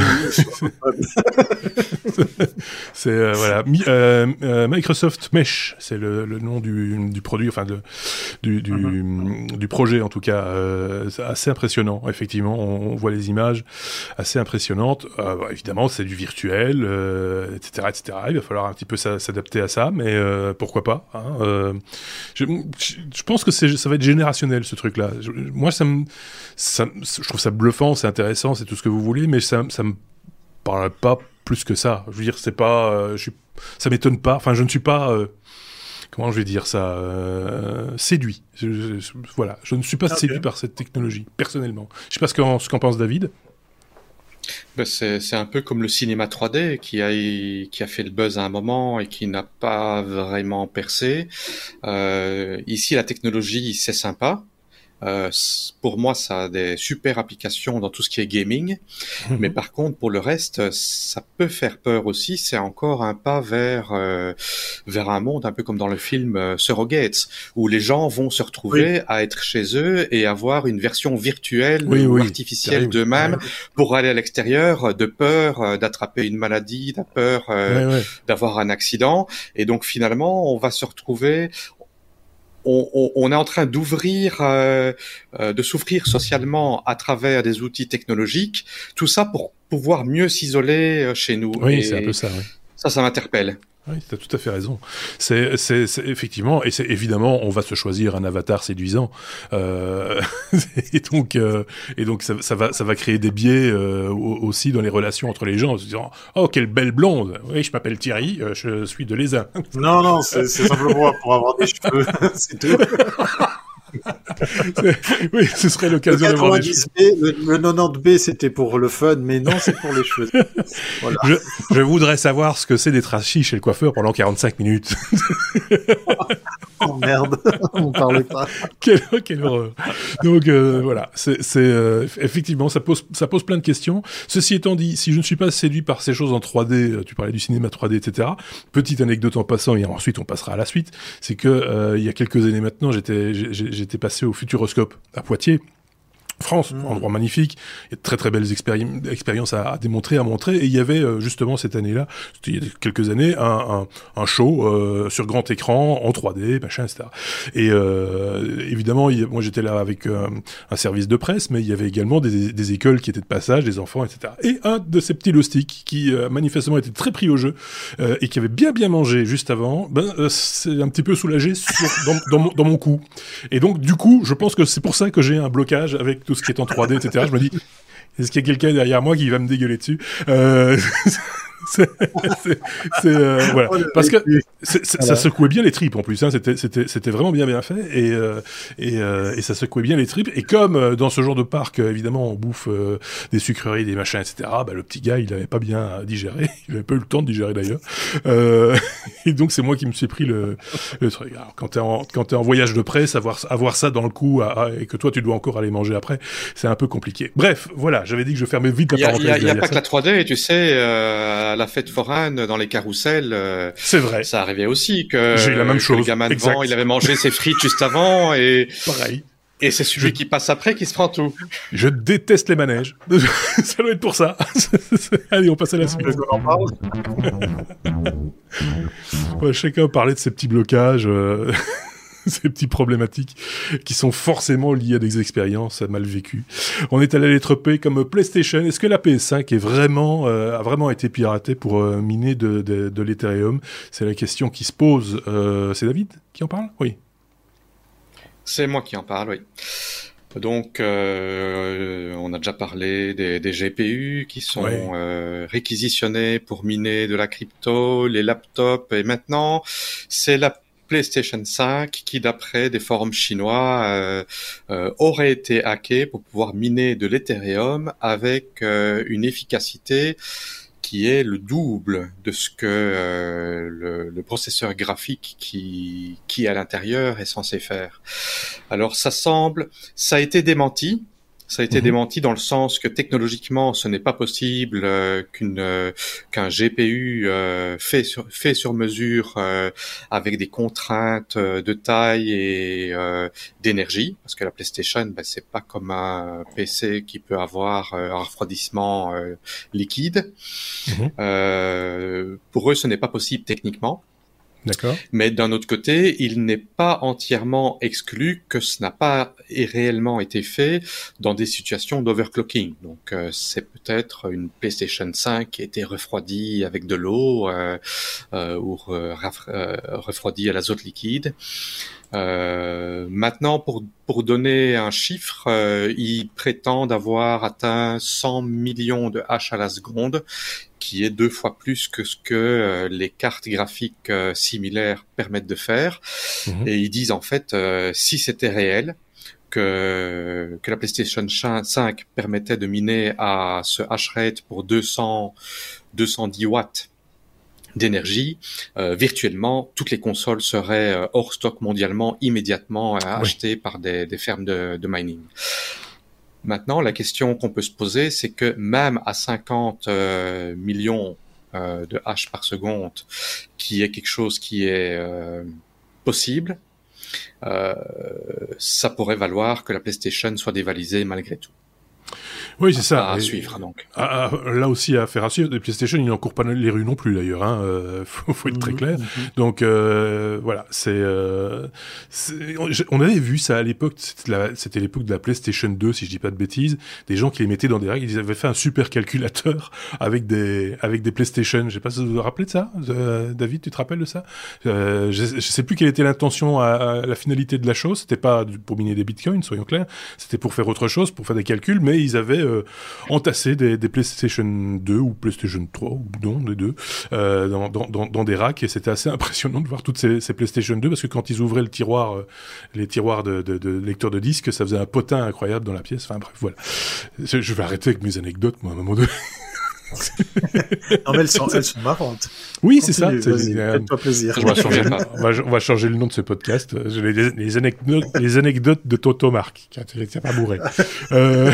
c'est euh, voilà Mi- euh, euh, Microsoft Mesh, c'est le, le nom du, du produit, enfin de, du, du, uh-huh. du projet en tout cas. Euh, c'est assez impressionnant, effectivement. On, on voit les images assez impressionnantes. Euh, bah, évidemment, c'est du virtuel, euh, et cetera, et cetera. Il va falloir un petit peu s'adapter à ça, mais euh, pourquoi pas. Hein, euh, je, je pense que c'est, ça va être générationnel ce truc-là. Je, moi, ça me, ça, je trouve ça bluffant, c'est intéressant, c'est tout ce que vous voulez, mais ça, ça me parle pas plus que ça. Je veux dire, c'est pas, euh, je suis, ça m'étonne pas. Enfin, je ne suis pas, euh, comment je vais dire ça, euh, séduit. Je, je, voilà, je ne suis pas okay. séduit par cette technologie personnellement. Je sais pas ce qu'en, ce qu'en pense David. Ben c'est, c'est un peu comme le cinéma trois D qui a, qui a fait le buzz à un moment et qui n'a pas vraiment percé. Euh, ici, la technologie, c'est sympa. Euh, pour moi, ça a des super applications dans tout ce qui est gaming, mmh. mais par contre, pour le reste, ça peut faire peur aussi. C'est encore un pas vers euh, vers un monde un peu comme dans le film euh, Surrogates, où les gens vont se retrouver oui. à être chez eux et avoir une version virtuelle oui, ou oui. artificielle oui, d'eux-mêmes oui. pour aller à l'extérieur, de peur euh, d'attraper une maladie, de peur euh, oui, oui. d'avoir un accident. Et donc finalement, on va se retrouver On, on, on est en train d'ouvrir, euh, euh, de s'ouvrir socialement à travers des outils technologiques, tout ça pour pouvoir mieux s'isoler chez nous. Oui, et c'est un peu ça. Oui. Ça, ça m'interpelle. Oui, tu as tout à fait raison. C'est, c'est, c'est effectivement, et c'est évidemment, on va se choisir un avatar séduisant, euh, et donc, euh, et donc ça, ça va, ça va créer des biais euh, aussi dans les relations entre les gens, en se disant, oh quelle belle blonde, oui, je m'appelle Thierry, euh, je suis de l'Aisin. Non, non, c'est, c'est simplement pour avoir des cheveux, c'est tout. Oui, ce serait l'occasion de voir des choses. Le, le quatre-vingt-dix B, c'était pour le fun, mais non, c'est pour les cheveux. Voilà. Je, je voudrais savoir ce que c'est d'être assis chez le coiffeur pendant quarante-cinq minutes. Oh merde, on parlait pas. Quelle, quelle horreur. Donc euh, voilà, c'est, c'est euh, effectivement, ça pose, ça pose plein de questions. Ceci étant dit, si je ne suis pas séduit par ces choses en trois D, euh, tu parlais du cinéma trois D, et cetera. Petite anecdote en passant, et ensuite on passera à la suite, c'est que euh, il y a quelques années maintenant, j'étais, j'ai, j'étais passé au Futuroscope à Poitiers. France, mmh. endroit magnifique, il y a de très très belles expéri- expériences à, à démontrer, à montrer, et il y avait euh, justement cette année-là, c'était il y a quelques années, un, un, un show euh, sur grand écran, en trois D, machin, et cetera. Et euh, évidemment, il, moi j'étais là avec euh, un service de presse, mais il y avait également des, des écoles qui étaient de passage, des enfants, et cetera. Et un de ces petits loustiques qui euh, manifestement était très pris au jeu, euh, et qui avait bien bien mangé juste avant, ben euh, c'est un petit peu soulagé sur, dans, dans, mon, dans mon cou. Et donc du coup, je pense que c'est pour ça que j'ai un blocage avec tout ce qui est en trois D, et cetera. Je me dis, est-ce qu'il y a quelqu'un derrière moi qui va me dégueuler dessus euh, c'est, c'est, c'est euh, voilà, parce que c'est, c'est, ça secouait bien les tripes en plus. Hein. C'était, c'était, c'était vraiment bien bien fait et euh, et, euh, et ça secouait bien les tripes. Et comme euh, dans ce genre de parc, euh, évidemment, on bouffe euh, des sucreries, des machins, et cetera. Bah le petit gars, il avait pas bien digéré. Il avait pas eu le temps de digérer d'ailleurs. Euh, et donc c'est moi qui me suis pris le, le truc. Alors, quand t'es en quand t'es en voyage de presse, avoir avoir ça dans le cou à, à, et que toi tu dois encore aller manger après, c'est un peu compliqué. Bref, voilà. J'avais dit que je fermais vite la parenthèse. Il y a, y a, y a pas que la trois D, tu sais. Euh... la fête foraine dans les carousels, euh, c'est vrai. Ça arrivait aussi que, j'ai la même chose. Le gamin devant, il avait mangé ses frites juste avant et pareil. Et c'est celui je... qui passe après qui se prend tout. Je déteste les manèges. Ça doit être pour ça. Allez, on passe à la suite. On en parle. Ouais, chacun parlait de ses petits blocages. Euh... ces petites problématiques qui sont forcément liées à des expériences mal vécues. On est à la lettre P comme PlayStation. Est-ce que la P S cinq est vraiment, euh, a vraiment été piratée pour euh, miner de, de, de l'Ethereum ? C'est la question qui se pose. Euh, c'est David qui en parle ? Oui. C'est moi qui en parle, oui. Donc, euh, on a déjà parlé des, des G P U qui sont ouais. euh, réquisitionnés pour miner de la crypto, les laptops, et maintenant, c'est la PlayStation cinq qui, d'après des forums chinois, euh, euh, aurait été hacké pour pouvoir miner de l'Ethereum avec euh, une efficacité qui est le double de ce que euh, le, le processeur graphique qui, qui est à l'intérieur est censé faire. Alors ça semble, ça a été démenti. Ça a été mmh. démenti dans le sens que technologiquement, ce n'est pas possible euh, qu'une euh, qu'un G P U euh, fait sur fait sur mesure euh, avec des contraintes euh, de taille et euh, d'énergie, parce que la PlayStation, ben, c'est pas comme un P C qui peut avoir euh, un refroidissement euh, liquide. Mmh. Euh, pour eux, ce n'est pas possible techniquement. D'accord. Mais d'un autre côté, il n'est pas entièrement exclu que ce n'a pas réellement été fait dans des situations d'overclocking. Donc, euh, c'est peut-être une PlayStation cinq qui a été refroidie avec de l'eau euh, euh, ou euh, refroidie à l'azote liquide. Euh, maintenant, pour pour donner un chiffre, euh, ils prétendent avoir atteint cent millions de hash à la seconde, qui est deux fois plus que ce que euh, les cartes graphiques euh, similaires permettent de faire. Mmh. Et ils disent en fait, euh, si c'était réel, que que la PlayStation cinq permettait de miner à ce hash rate pour deux cents, deux cent dix watts d'énergie, euh, virtuellement, toutes les consoles seraient euh, hors stock mondialement, immédiatement euh, oui. achetées par des, des fermes de, de mining. Maintenant, la question qu'on peut se poser, c'est que même à cinquante euh, millions euh, de hash par seconde, qui est quelque chose qui est euh, possible, euh, ça pourrait valoir que la PlayStation soit dévalisée malgré tout. Oui, c'est ça. À, à et, suivre, donc. À, à, là aussi, à faire à suivre. Les PlayStation, ils n'en courent pas les rues non plus, d'ailleurs. Hein. Euh, faut, faut être très clair. Mm-hmm. Donc, euh, voilà. C'est, euh, c'est, on avait vu ça à l'époque. C'était, la, c'était l'époque de la PlayStation deux, si je dis pas de bêtises. Des gens qui les mettaient dans des règles. Ils avaient fait un super calculateur avec des, avec des PlayStation. Je sais pas si vous vous rappelez de ça. Euh, David, tu te rappelles de ça? euh, je, je sais plus quelle était l'intention à, à la finalité de la chose. C'était pas pour miner des bitcoins, soyons clairs. C'était pour faire autre chose, pour faire des calculs. Mais ils avaient euh, entassé des, des PlayStation deux ou PlayStation trois ou non, des deux, euh, dans, dans, dans, dans des racks. Et c'était assez impressionnant de voir toutes ces, ces PlayStation deux parce que quand ils ouvraient le tiroir, euh, les tiroirs de, de, de lecteurs de disques, ça faisait un potin incroyable dans la pièce. Enfin bref, voilà. Je, je vais arrêter avec mes anecdotes, moi, à un moment donné. Non, mais elles sont, elles sont marrantes. Oui, Continue, c'est ça. C'est, c'est, euh, fais-toi plaisir. On va, changer, on, va, on va changer le nom de ce podcast. Les, les, anecdotes, les anecdotes de Toto Marc. Tiens, pas bourré. euh...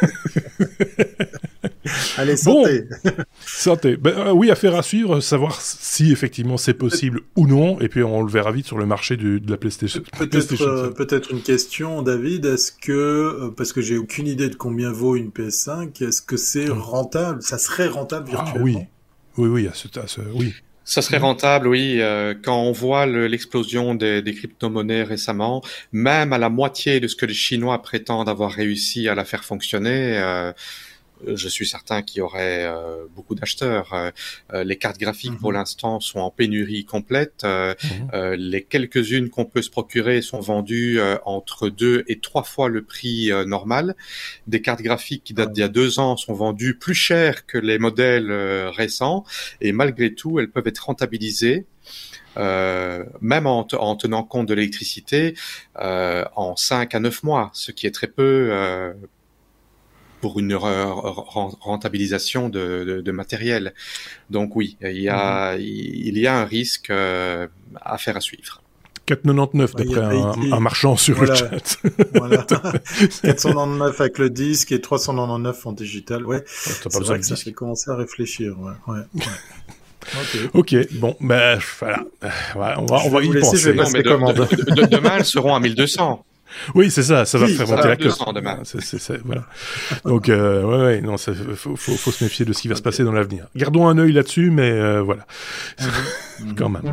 Allez, santé. Bon, santé. Ben, euh, oui, affaire à suivre, savoir si effectivement c'est possible ou non, et puis on le verra vite sur le marché du, de la PlayStation. Peut-être, PlayStation euh, peut-être une question, David. Est-ce que, euh, parce que j'ai aucune idée de combien vaut une P S cinq, est-ce que c'est rentable? Ça serait rentable virtuellement? Ah oui, oui, oui, à ce, à ce, oui. Ça serait rentable, oui. Euh, quand on voit le, l'explosion des, des crypto-monnaies récemment, même à la moitié de ce que les Chinois prétendent avoir réussi à la faire fonctionner, euh, je suis certain qu'il y aurait euh, beaucoup d'acheteurs. Euh, les cartes graphiques, mmh. pour l'instant, sont en pénurie complète. Euh, mmh. euh, les quelques-unes qu'on peut se procurer sont vendues euh, entre deux et trois fois le prix euh, normal. Des cartes graphiques qui datent d'il y a deux ans sont vendues plus cher que les modèles euh, récents. Et malgré tout, elles peuvent être rentabilisées. Euh, même en, t- en tenant compte de l'électricité, euh, en cinq à neuf mois, ce qui est très peu euh, pour une rentabilisation de, de, de matériel. Donc oui, il y a, mmh. il y a un risque euh, à faire à suivre. quatre cent quatre-vingt-dix-neuf d'après un, un marchand sur voilà. le chat. Voilà. quatre cent quatre-vingt-dix-neuf avec le disque et trois cent quatre-vingt-dix-neuf en digital. Ouais. Oh, c'est pas vrai que ça fait commencer à réfléchir. Ouais. ouais. Okay. ok, bon, ben voilà, voilà on va, on va y laisser, penser. Je vais passer non, mais de, de, de, de, demain, elles seront à mille deux cents. Oui, c'est ça, ça va oui, faire monter la cote. Demain. C'est, c'est, c'est, voilà. Donc, euh, ouais, ouais, non, ça, faut, faut, faut se méfier de ce qui va okay. se passer dans l'avenir. Gardons un œil là-dessus, mais euh, voilà, mm-hmm. quand même.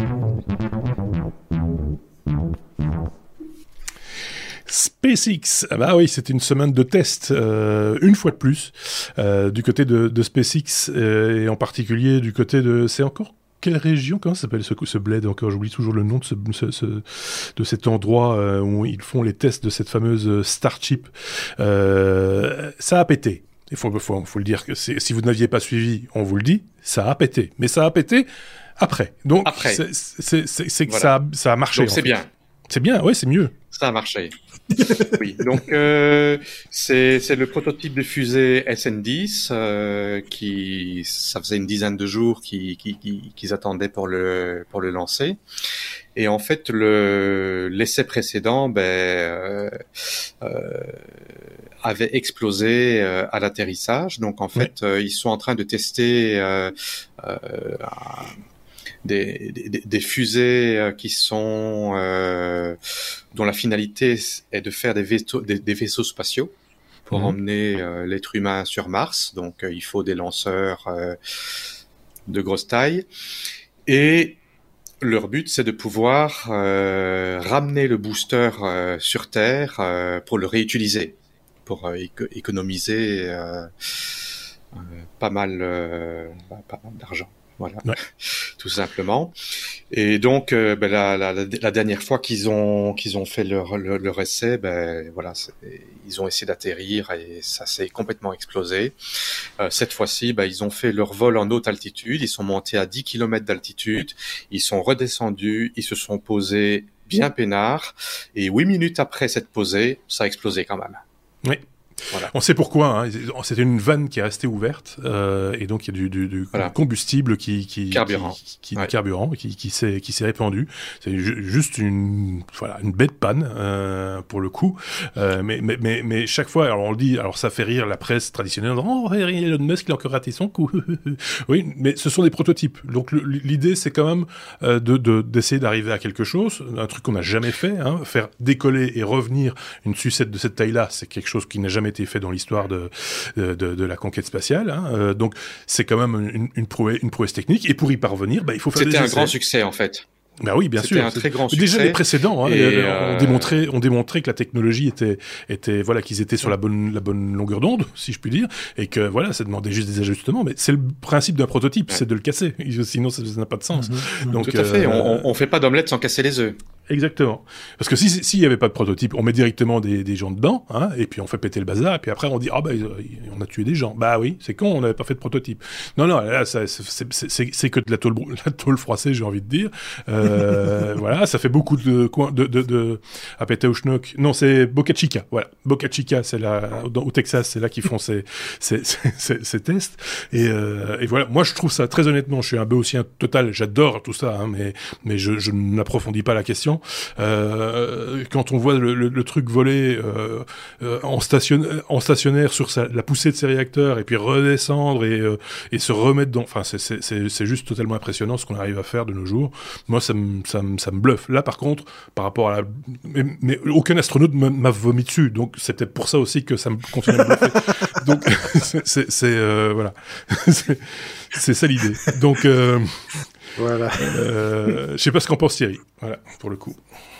SpaceX, ah bah oui, c'était une semaine de tests, euh, une fois de plus, euh, du côté de, de SpaceX, euh, et en particulier du côté de... C'est encore quelle région? Comment ça s'appelle ce, ce bled encore? J'oublie toujours le nom de, ce, ce, ce, de cet endroit euh, où ils font les tests de cette fameuse Starship. Euh, ça a pété. Il faut, faut, faut le dire, que c'est, si vous n'aviez pas suivi, on vous le dit, ça a pété. Mais ça a pété après. Donc, après. c'est, c'est, c'est, c'est que voilà. ça, a, ça a marché. Donc, c'est fait. bien. C'est bien, ouais, c'est mieux. Ça a marché. Oui, donc euh, c'est c'est le prototype de fusée S N dix euh, qui ça faisait une dizaine de jours qu'ils qui, qui, qu'ils attendaient pour le pour le lancer. Et en fait le l'essai précédent ben euh, euh, avait explosé euh, à l'atterrissage. Donc en fait oui. euh, ils sont en train de tester euh, euh, Des, des, des fusées qui sont euh, dont la finalité est de faire des vaisseaux, des, des vaisseaux spatiaux pour mmh. emmener euh, l'être humain sur Mars. Donc euh, il faut des lanceurs euh, de grosse taille et leur but c'est de pouvoir euh, ramener le booster euh, sur Terre euh, pour le réutiliser, pour euh, éco- économiser euh, euh, pas mal, euh, pas mal d'argent. Voilà, ouais. Tout simplement. Et donc, euh, ben, la, la, la dernière fois qu'ils ont qu'ils ont fait leur leur, leur essai, ben voilà, c'est, ils ont essayé d'atterrir et ça s'est complètement explosé. Euh, cette fois-ci, ben, ils ont fait leur vol en haute altitude. Ils sont montés à dix kilomètres d'altitude. Ils sont redescendus. Ils se sont posés bien peinards. Et huit minutes après cette posée, ça a explosé quand même. Oui. Voilà. On sait pourquoi. Hein. C'était une vanne qui est restée ouverte euh, et donc il y a du, du, du voilà. combustible qui, qui carburant, qui, qui, ouais. du carburant qui, qui s'est qui s'est répandu. C'est ju- juste une voilà une bête panne euh, pour le coup. Euh, mais, mais mais mais chaque fois, alors on le dit, alors ça fait rire la presse traditionnelle. Oh, Elon Musk il a encore raté son coup. Oui, mais ce sont des prototypes. Donc le, l'idée c'est quand même euh, de, de d'essayer d'arriver à quelque chose, un truc qu'on n'a jamais fait. Hein. Faire décoller et revenir une sucette de cette taille-là, c'est quelque chose qui n'a jamais jamais été fait dans l'histoire de, de, de, de la conquête spatiale. Hein. Euh, donc, c'est quand même une, une, prouesse, une prouesse technique. Et pour y parvenir, bah, il faut faire des essais. C'était un grand succès, en fait. Ben oui, bien C'était sûr. un très grand succès. Déjà les précédents, hein, et, euh... on démontrait, on démontrait que la technologie était, était, voilà, qu'ils étaient sur la bonne, la bonne longueur d'onde, si je puis dire, et que voilà, ça demandait juste des ajustements. Mais c'est le principe d'un prototype, ouais. c'est de le casser. Sinon, ça n'a pas de sens. Mmh, Donc, tout à fait. Euh... On, on fait pas d'omelette sans casser les œufs. Exactement. Parce que si s'il y avait pas de prototype, on met directement des, des gens dedans, hein, et puis on fait péter le bazar, et puis après on dit ah bah on a tué des gens. Bah oui, c'est con, on n'avait pas fait de prototype. Non non, là ça, c'est, c'est, c'est que de la tôle, la tôle froissée, j'ai envie de dire. Euh, voilà, ça fait beaucoup de coins de de, de à Petauschnock. Non, c'est Boca Chica. Voilà, Boca Chica, c'est là dans, au Texas, c'est là qu'ils font ces ces, ces, ces tests. Et, euh, et voilà, moi je trouve ça très honnêtement, je suis un béotien total, j'adore tout ça, hein, mais mais je, je n'approfondis pas la question. Euh, quand on voit le, le, le truc voler euh, euh, en, station, en stationnaire sur sa, la poussée de ses réacteurs et puis redescendre et, euh, et se remettre dans... Enfin, c'est, c'est, c'est, c'est juste totalement impressionnant ce qu'on arrive à faire de nos jours. Moi, ça me, ça me, ça me bluffe. Là, par contre, par rapport à la... Mais, mais aucun astronaute m'a vomi dessus, donc c'est peut-être pour ça aussi que ça me continue à me bluffer. Donc, c'est... c'est, c'est euh, voilà. c'est, c'est ça l'idée. Donc... Euh, Voilà. Euh, je sais pas ce qu'en pense Thierry. Voilà, pour le coup.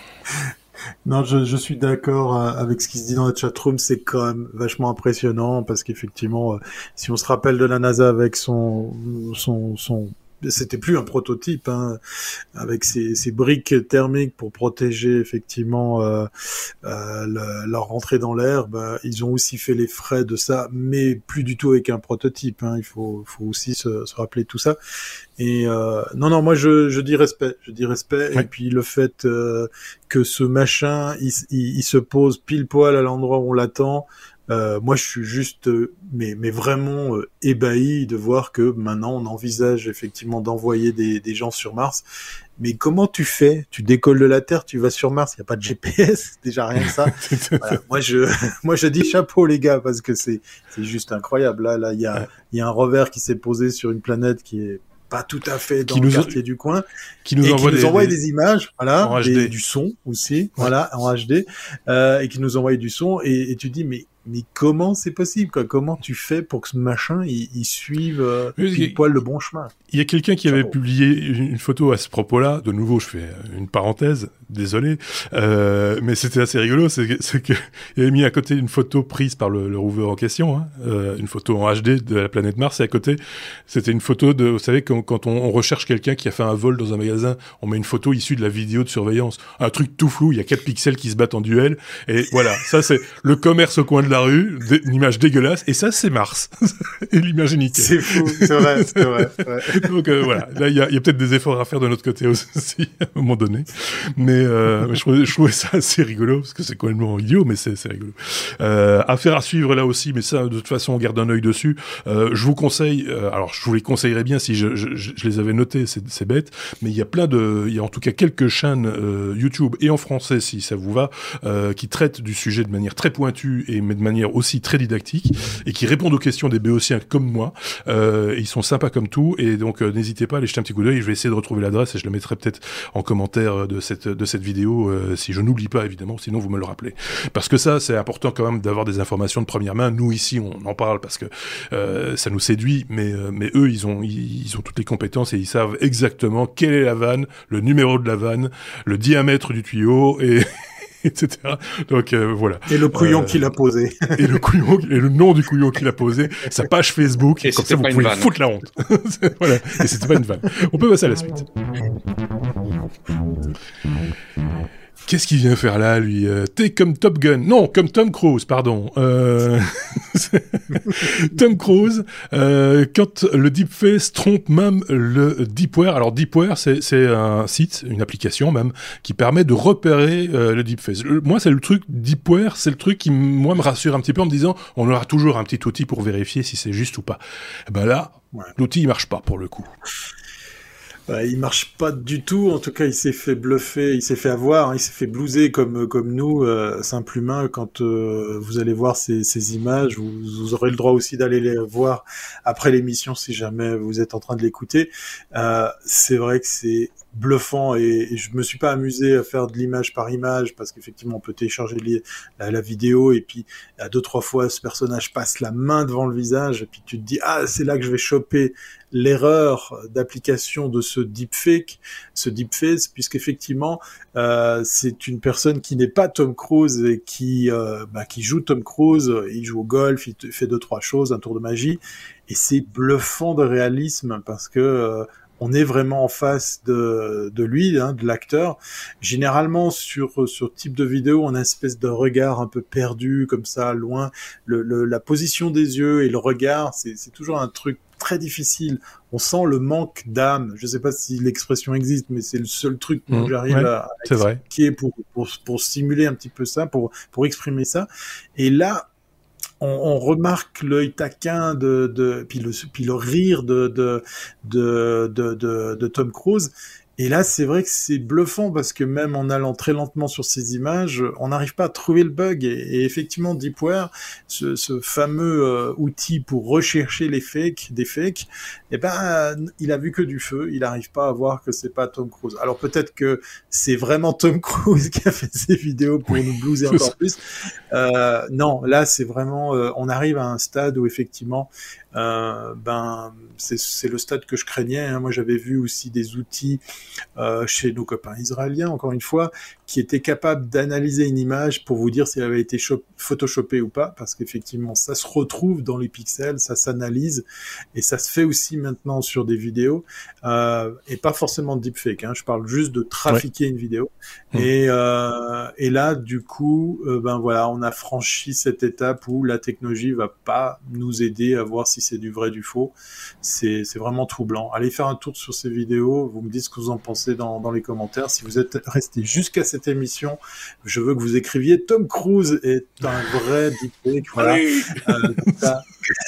Non, je, je suis d'accord avec ce qui se dit dans la chatroom. C'est quand même vachement impressionnant parce qu'effectivement, si on se rappelle de la NASA avec son son son c'était plus un prototype, hein, avec ces, ces briques thermiques pour protéger effectivement euh, euh, le, leur rentrée dans l'air. Bah, ils ont aussi fait les frais de ça, mais plus du tout avec un prototype. Hein. Il faut, faut aussi se, se rappeler tout ça. Et euh, non, non, moi je, je dis respect, je dis respect. Ouais. Et puis le fait euh, que ce machin, il, il, il se pose pile poil à l'endroit où on l'attend. Euh, moi, je suis juste, euh, mais, mais vraiment euh, ébahi de voir que maintenant on envisage effectivement d'envoyer des, des gens sur Mars. Mais comment tu fais ? Tu décolles de la Terre, tu vas sur Mars, il y a pas de G P S, déjà rien que ça. Voilà. Moi, je, moi, je dis chapeau les gars parce que c'est, c'est juste incroyable. Là, là, il y a, il y a un rover qui s'est posé sur une planète qui est pas tout à fait dans qui le quartier a... du coin, qui nous et envoie, qui des, nous envoie des... des images, voilà, en des, du son aussi, ouais. Voilà, en H D, euh, et qui nous envoie du son, et, et tu dis mais mais comment c'est possible, quoi ? Comment tu fais pour que ce machin il, il suive euh, pile poil le bon chemin ? Il y a quelqu'un qui avait publié une photo à ce propos-là. De nouveau, je fais une parenthèse, désolé, euh, mais c'était assez rigolo. C'est, c'est que il avait mis à côté une photo prise par le, le rover en question, hein, euh, une photo en H D de la planète Mars, et à côté, c'était une photo de, vous savez, quand, quand on, on recherche quelqu'un qui a fait un vol dans un magasin, on met une photo issue de la vidéo de surveillance, un truc tout flou. Il y a quatre pixels qui se battent en duel, et voilà, ça c'est le commerce au coin de la rue, une image dégueulasse, et ça c'est Mars, et l'image est nickel. C'est fou, c'est vrai, c'est vrai. Ouais. Donc euh, voilà, là il y a, y a peut-être des efforts à faire de notre côté aussi à un moment donné, mais euh, je, trouvais, je trouvais ça assez rigolo parce que c'est complètement idiot, mais c'est, c'est rigolo. Euh, affaire à suivre là aussi, mais ça de toute façon on garde un œil dessus. Euh, je vous conseille, euh, alors je vous les conseillerais bien si je, je, je, je les avais notés, c'est, c'est bête, mais il y a plein de, il y a en tout cas quelques chaînes euh, YouTube et en français si ça vous va, euh, qui traitent du sujet de manière très pointue et mais de manière aussi très didactique et qui répondent aux questions des béotiens comme moi. Euh, ils sont sympas comme tout et donc euh, n'hésitez pas à aller jeter un petit coup d'œil. Je vais essayer de retrouver l'adresse et je le mettrai peut-être en commentaire de cette de cette vidéo euh, si je n'oublie pas évidemment. Sinon vous me le rappelez. Parce que ça c'est important quand même d'avoir des informations de première main. Nous ici on en parle parce que euh, ça nous séduit, mais euh, mais eux ils ont ils, ils ont toutes les compétences et ils savent exactement quelle est la vanne, le numéro de la vanne, le diamètre du tuyau et et cetera. Donc euh, voilà. Et le couillon euh, qu'il a posé. Et le couillon, et le nom du couillon qu'il a posé, sa page Facebook, et comme ça vous pouvez lui foutre la honte. Voilà. Et c'était pas une vanne. On peut passer à la suite. Qu'est-ce qu'il vient faire là, lui ? euh, T'es comme Top Gun. Non, comme Tom Cruise, pardon. Euh... Tom Cruise, euh, quand le deepface trompe même le deepware. Alors deepware, c'est, c'est un site, une application même, qui permet de repérer euh, le deepface. Le, moi, c'est le truc, deepware, c'est le truc qui, moi, me rassure un petit peu en me disant, on aura toujours un petit outil pour vérifier si c'est juste ou pas. Et ben là, ouais. L'outil, il marche pas, pour le coup. Bah, il marche pas du tout. En tout cas, il s'est fait bluffer, il s'est fait avoir, hein, il s'est fait blouser comme comme nous, euh, simples humains. Quand euh, vous allez voir ces, ces images, vous, vous aurez le droit aussi d'aller les voir après l'émission si jamais vous êtes en train de l'écouter. Euh, c'est vrai que c'est bluffant et, et je me suis pas amusé à faire de l'image par image parce qu'effectivement on peut télécharger li- la, la vidéo et puis à deux trois fois ce personnage passe la main devant le visage et puis tu te dis ah c'est là que je vais choper l'erreur d'application de ce deepfake, ce deepface, puisqu'effectivement euh, c'est une personne qui n'est pas Tom Cruise et qui euh, bah, qui joue Tom Cruise, il joue au golf, il fait deux trois choses, un tour de magie, et c'est bluffant de réalisme parce que euh, on est vraiment en face de, de lui, hein, de l'acteur. Généralement, sur sur type de vidéo, on a une espèce de regard un peu perdu, comme ça, loin. Le, le, la position des yeux et le regard, c'est, c'est toujours un truc très difficile. On sent le manque d'âme. Je sais pas si l'expression existe, mais c'est le seul truc que Mmh, j'arrive ouais, à, à c'est vrai. expliquer pour, pour, pour simuler un petit peu ça, pour, pour exprimer ça. Et là, on, on remarque l'œil taquin de, de puis le puis le rire de de de de, de, de Tom Cruise. Et là, c'est vrai que c'est bluffant parce que même en allant très lentement sur ces images, on n'arrive pas à trouver le bug. Et, et effectivement, Deepware, ce, ce fameux euh, outil pour rechercher les fakes, des fakes, eh ben, il a vu que du feu. Il n'arrive pas à voir que c'est pas Tom Cruise. Alors peut-être que c'est vraiment Tom Cruise qui a fait ces vidéos pour nous blouser encore plus. Euh, non, là, c'est vraiment, euh, on arrive à un stade où effectivement, euh, ben, c'est, c'est le stade que je craignais. Hein. Moi, j'avais vu aussi des outils euh, chez nos copains israéliens, encore une fois, qui étaient capables d'analyser une image pour vous dire si elle avait été shop- photoshopée ou pas, parce qu'effectivement, ça se retrouve dans les pixels, ça s'analyse, et ça se fait aussi maintenant sur des vidéos, euh, et pas forcément de deepfake. Hein. Je parle juste de trafiquer ouais. une vidéo. Mmh. Et, euh, et là, du coup, euh, ben voilà, on a franchi cette étape où la technologie va pas nous aider à voir si c'est du vrai, du faux. C'est, c'est vraiment troublant. Allez faire un tour sur ces vidéos. Vous me dites ce que vous en pensez dans, dans les commentaires. Si vous êtes resté jusqu'à cette émission, je veux que vous écriviez Tom Cruise est un vrai deepfake. Voilà. Oui. Euh, comme, ça,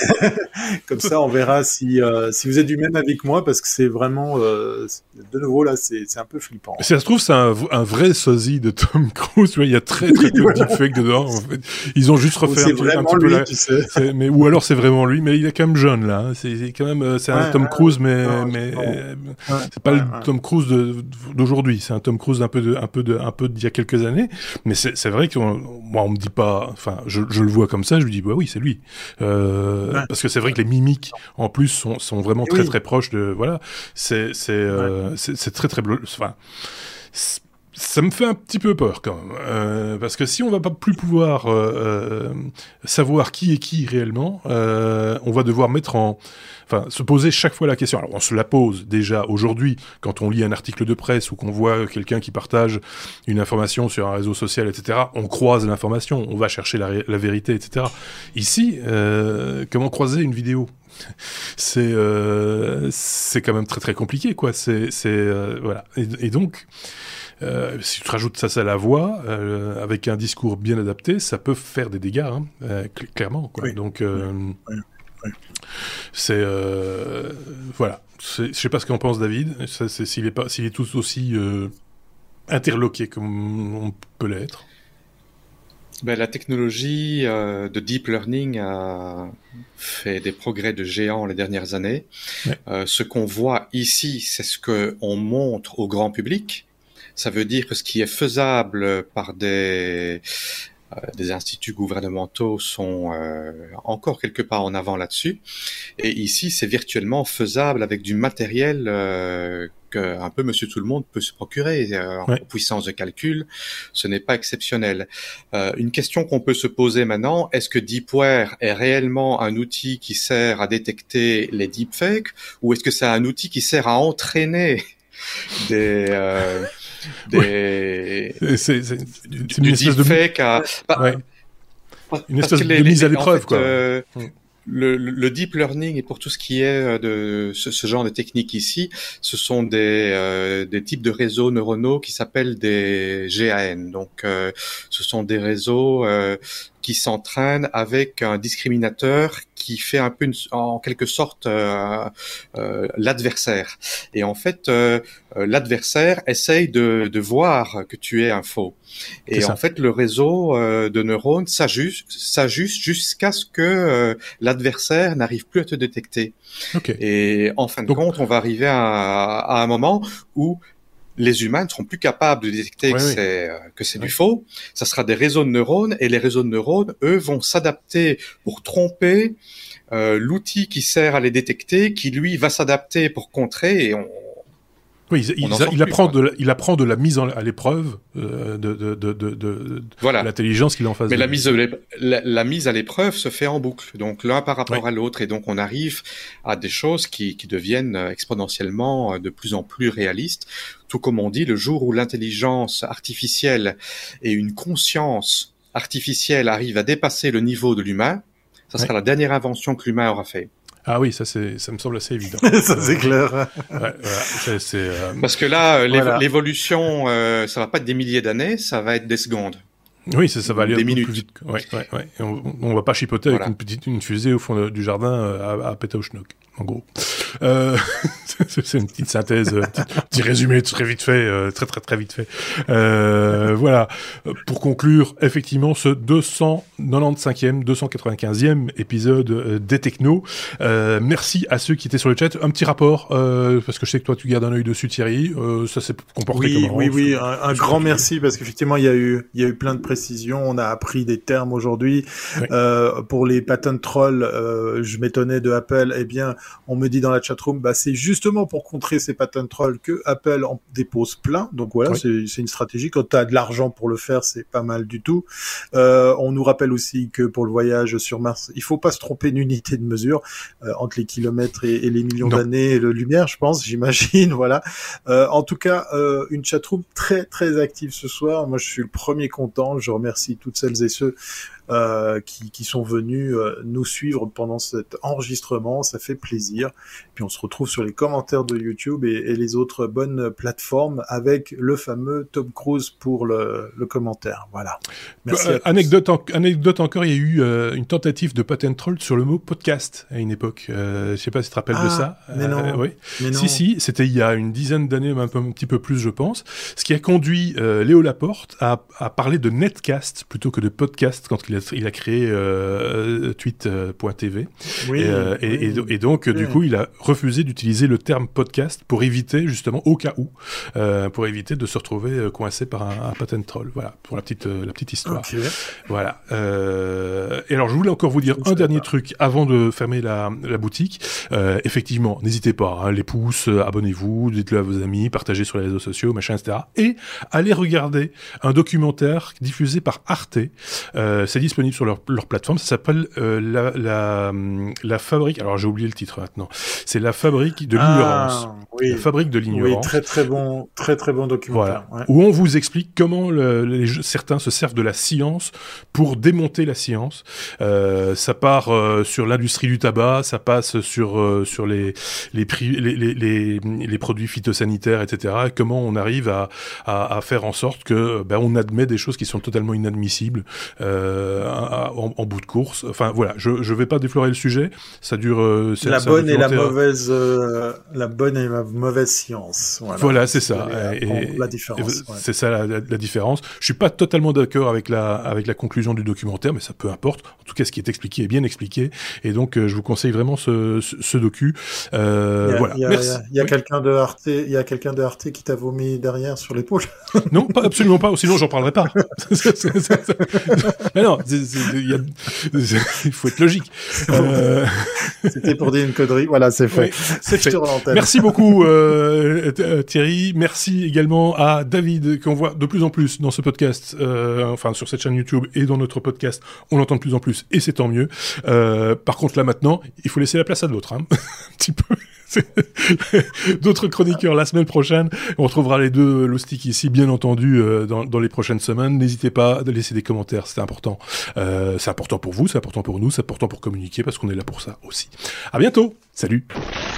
comme ça, on verra si, euh, si vous êtes du même avis que moi, parce que c'est vraiment, euh, de nouveau là, c'est, c'est un peu flippant. Si ça se trouve, c'est un, un vrai sosie de Tom Cruise. Tu vois, il y a très très peu de deepfake dedans. En fait. Ils ont juste refait un, petit, un petit peu lui, la... tu sais. c'est, mais ou alors c'est vraiment lui, mais il est quand même jeune là. Hein. C'est, c'est quand même, c'est ouais, un Tom ouais, Cruise, mais non, mais euh, ouais, c'est pas ouais, le ouais. Tom Cruise de, d'aujourd'hui. C'est un Tom Cruise d'un peu de, un peu de, un peu d'il y a quelques années. Mais c'est, c'est vrai que moi on me dit pas. Enfin, je, je le vois comme ça, je lui dis bah oui, c'est lui. Euh, ouais. Parce que c'est vrai que les mimiques en plus sont, sont vraiment Et très oui. très proches de. Voilà, c'est, c'est, euh, ouais. c'est, c'est très très bleu. Enfin. Ça me fait un petit peu peur quand même, euh, parce que si on va pas plus pouvoir euh, euh, savoir qui est qui réellement, euh, on va devoir mettre en, enfin, se poser chaque fois la question. Alors on se la pose déjà aujourd'hui quand on lit un article de presse ou qu'on voit quelqu'un qui partage une information sur un réseau social, et cetera. On croise l'information, on va chercher la, ré- la vérité, et cetera. Ici, euh, comment croiser une vidéo ? C'est euh, c'est quand même très très compliqué, quoi. C'est c'est euh, voilà. Et, et donc. Euh, si tu rajoutes ça, ça à la voix, euh, avec un discours bien adapté, ça peut faire des dégâts, hein, euh, cl- clairement. Quoi. Oui. Donc, euh, oui. Oui. c'est euh, voilà. C'est, je sais pas ce qu'en pense David. Ça, c'est, s'il est pas, s'il est tout aussi euh, interloqué comme on peut l'être. Ben, la technologie euh, de deep learning a fait des progrès de géant les dernières années. Ouais. Euh, ce qu'on voit ici, c'est ce qu'on montre au grand public. Ça veut dire que ce qui est faisable par des, euh, des instituts gouvernementaux sont euh, encore quelques pas en avant là-dessus. Et ici, c'est virtuellement faisable avec du matériel euh, qu'un peu Monsieur Tout-le-Monde peut se procurer euh, ouais. en puissance de calcul. Ce n'est pas exceptionnel. Euh, une question qu'on peut se poser maintenant, est-ce que Deepware est réellement un outil qui sert à détecter les deepfakes ou est-ce que c'est un outil qui sert à entraîner des... Euh, des ouais. c'est, c'est, c'est du, du deepfake de... à bah, ouais. une espèce de les, mise à l'épreuve en fait, quoi. Euh, mm. le, le deep learning et pour tout ce qui est de ce, ce genre de technique ici, ce sont des euh, des types de réseaux neuronaux qui s'appellent des G A N. Donc euh, ce sont des réseaux euh, qui s'entraîne avec un discriminateur qui fait un peu une, en quelque sorte euh, euh, l'adversaire. Et en fait, euh, l'adversaire essaye de, de voir que tu es un faux. Et en fait, le réseau euh, de neurones s'ajuste, s'ajuste jusqu'à ce que euh, l'adversaire n'arrive plus à te détecter. Okay. Et en fin de Donc... compte, on va arriver à, à un moment où les humains ne seront plus capables de détecter oui, que oui. c'est, euh, que c'est oui. du faux. Ça sera des réseaux de neurones, et les réseaux de neurones, eux, vont s'adapter pour tromper euh, l'outil qui sert à les détecter, qui lui va s'adapter pour contrer, et on Oui, il, il, il, plus, apprend de la, il apprend de la mise en, à l'épreuve euh, de, de, de, de, de voilà. l'intelligence qu'il a en face. Mais de la mise, la, la mise à l'épreuve se fait en boucle, donc l'un par rapport oui. à l'autre, et donc on arrive à des choses qui, qui deviennent exponentiellement de plus en plus réalistes. Tout comme on dit, le jour où l'intelligence artificielle et une conscience artificielle arrivent à dépasser le niveau de l'humain, ça sera oui. la dernière invention que l'humain aura fait. Ah oui, ça c'est, ça me semble assez évident. ça c'est clair. Ouais, voilà, c'est, c'est, euh... Parce que là, voilà. l'évolution, euh, ça va pas être des milliers d'années, ça va être des secondes. Oui, ça, ça va aller des un minutes. peu plus vite. Ouais, ouais, ouais. Et on, on va pas chipoter voilà. avec une petite une fusée au fond du jardin à, à Pétaouchnok, en gros. Euh, c'est une petite synthèse, un petit, petit résumé très vite fait, euh, très très très vite fait. Euh, voilà. Pour conclure, effectivement, ce deux cent quatre-vingt-quinzième, deux cent quatre-vingt-quinzième épisode euh, des Technos. Euh, merci à ceux qui étaient sur le chat. Un petit rapport, euh, parce que je sais que toi tu gardes un œil dessus, Thierry. Euh, ça s'est comporté oui, comment Oui, oui, oui. Un, un grand merci, parce qu'effectivement, il y a eu, il y a eu plein de précisions. On a appris des termes aujourd'hui. Oui. Euh, pour les patent trolls, euh, je m'étonnais de Apple. Eh bien, on me dit dans la chatroom, bah, c'est justement pour contrer ces patent trolls que Apple en dépose plein. Donc voilà, oui. c'est, c'est une stratégie. Quand tu as de l'argent pour le faire, c'est pas mal du tout. Euh, on nous rappelle aussi que pour le voyage sur Mars, il faut pas se tromper d'unité de mesure euh, entre les kilomètres et, et les millions non. d'années et le lumière, je pense, j'imagine. Voilà. Euh, en tout cas, euh, une chatroom très très active ce soir. Moi, je suis le premier content. Je remercie toutes celles et ceux Euh, qui, qui sont venus euh, nous suivre pendant cet enregistrement, ça fait plaisir. Puis on se retrouve sur les commentaires de YouTube et, et les autres bonnes plateformes avec le fameux Tom Cruise pour le, le commentaire. Voilà. Merci euh, anecdote, en, anecdote encore, il y a eu euh, une tentative de patent troll sur le mot podcast à une époque. Euh, je sais pas si tu te rappelles ah, de ça. Mais non. Euh, oui. Mais non. Si, si, c'était il y a une dizaine d'années, même un, peu, un petit peu plus, je pense. Ce qui a conduit euh, Léo Laporte à, à parler de netcast plutôt que de podcast quand il a il a créé euh, tweet point t v oui, et, euh, oui, et, et, et donc oui. du coup il a refusé d'utiliser le terme podcast pour éviter justement au cas où euh, pour éviter de se retrouver coincé par un, un patent troll. Voilà pour la petite euh, la petite histoire. Okay. Voilà. Euh, et alors je voulais encore vous dire un dernier pas. truc avant de fermer la, la boutique. Euh, effectivement, n'hésitez pas, hein, les pouces, euh, abonnez-vous, dites-le à vos amis, partagez sur les réseaux sociaux, machin, et cetera. Et allez regarder un documentaire diffusé par Arte. Euh, c'est disponible sur leur, leur plateforme, ça s'appelle euh, la, la, la fabrique, alors j'ai oublié le titre maintenant, c'est la fabrique de l'ignorance. Ah, oui. La fabrique de l'ignorance. Oui, très très bon, très très bon documentaire. Voilà. Ouais. Où on vous explique comment le, les, certains se servent de la science pour démonter la science. Euh, ça part euh, sur l'industrie du tabac, ça passe sur euh, sur les les, prix, les, les les les produits phytosanitaires, et cetera. Et comment on arrive à, à à faire en sorte que ben on admet des choses qui sont totalement inadmissibles. Euh, En, en bout de course. Enfin voilà, je je vais pas déflorer le sujet. Ça dure. Euh, la bonne et la mauvaise, euh, la bonne et la mauvaise science. Voilà, voilà c'est ça. Et, et, la différence. Et, ouais. C'est ça la, la, la différence. Je suis pas totalement d'accord avec la avec la conclusion du documentaire, mais ça peu importe. En tout cas, ce qui est expliqué est bien expliqué. Et donc, euh, je vous conseille vraiment ce ce, ce docu. Euh, il y a, voilà. Il y a, Merci. Il y a, il y a oui. quelqu'un de Arte. Il y a quelqu'un de Arte qui t'a vomi derrière sur l'épaule. Non, pas, absolument pas. Sinon, j'en parlerai pas. Mais non. C'est, c'est, il, y a, il faut être logique. Euh... C'était pour dire une connerie. Voilà, c'est fait. Oui, c'est fait. Merci beaucoup euh, Thierry. Merci également à David qu'on voit de plus en plus dans ce podcast, euh, enfin sur cette chaîne YouTube et dans notre podcast. On l'entend de plus en plus et c'est tant mieux. Euh, par contre là maintenant, il faut laisser la place à d'autres, hein. Un petit peu. D'autres chroniqueurs la semaine prochaine. On retrouvera les deux Loustic ici, bien entendu, euh, dans, dans les prochaines semaines. N'hésitez pas à laisser des commentaires, c'est important. Euh, c'est important pour vous, c'est important pour nous, c'est important pour communiquer, parce qu'on est là pour ça aussi. À bientôt. Salut.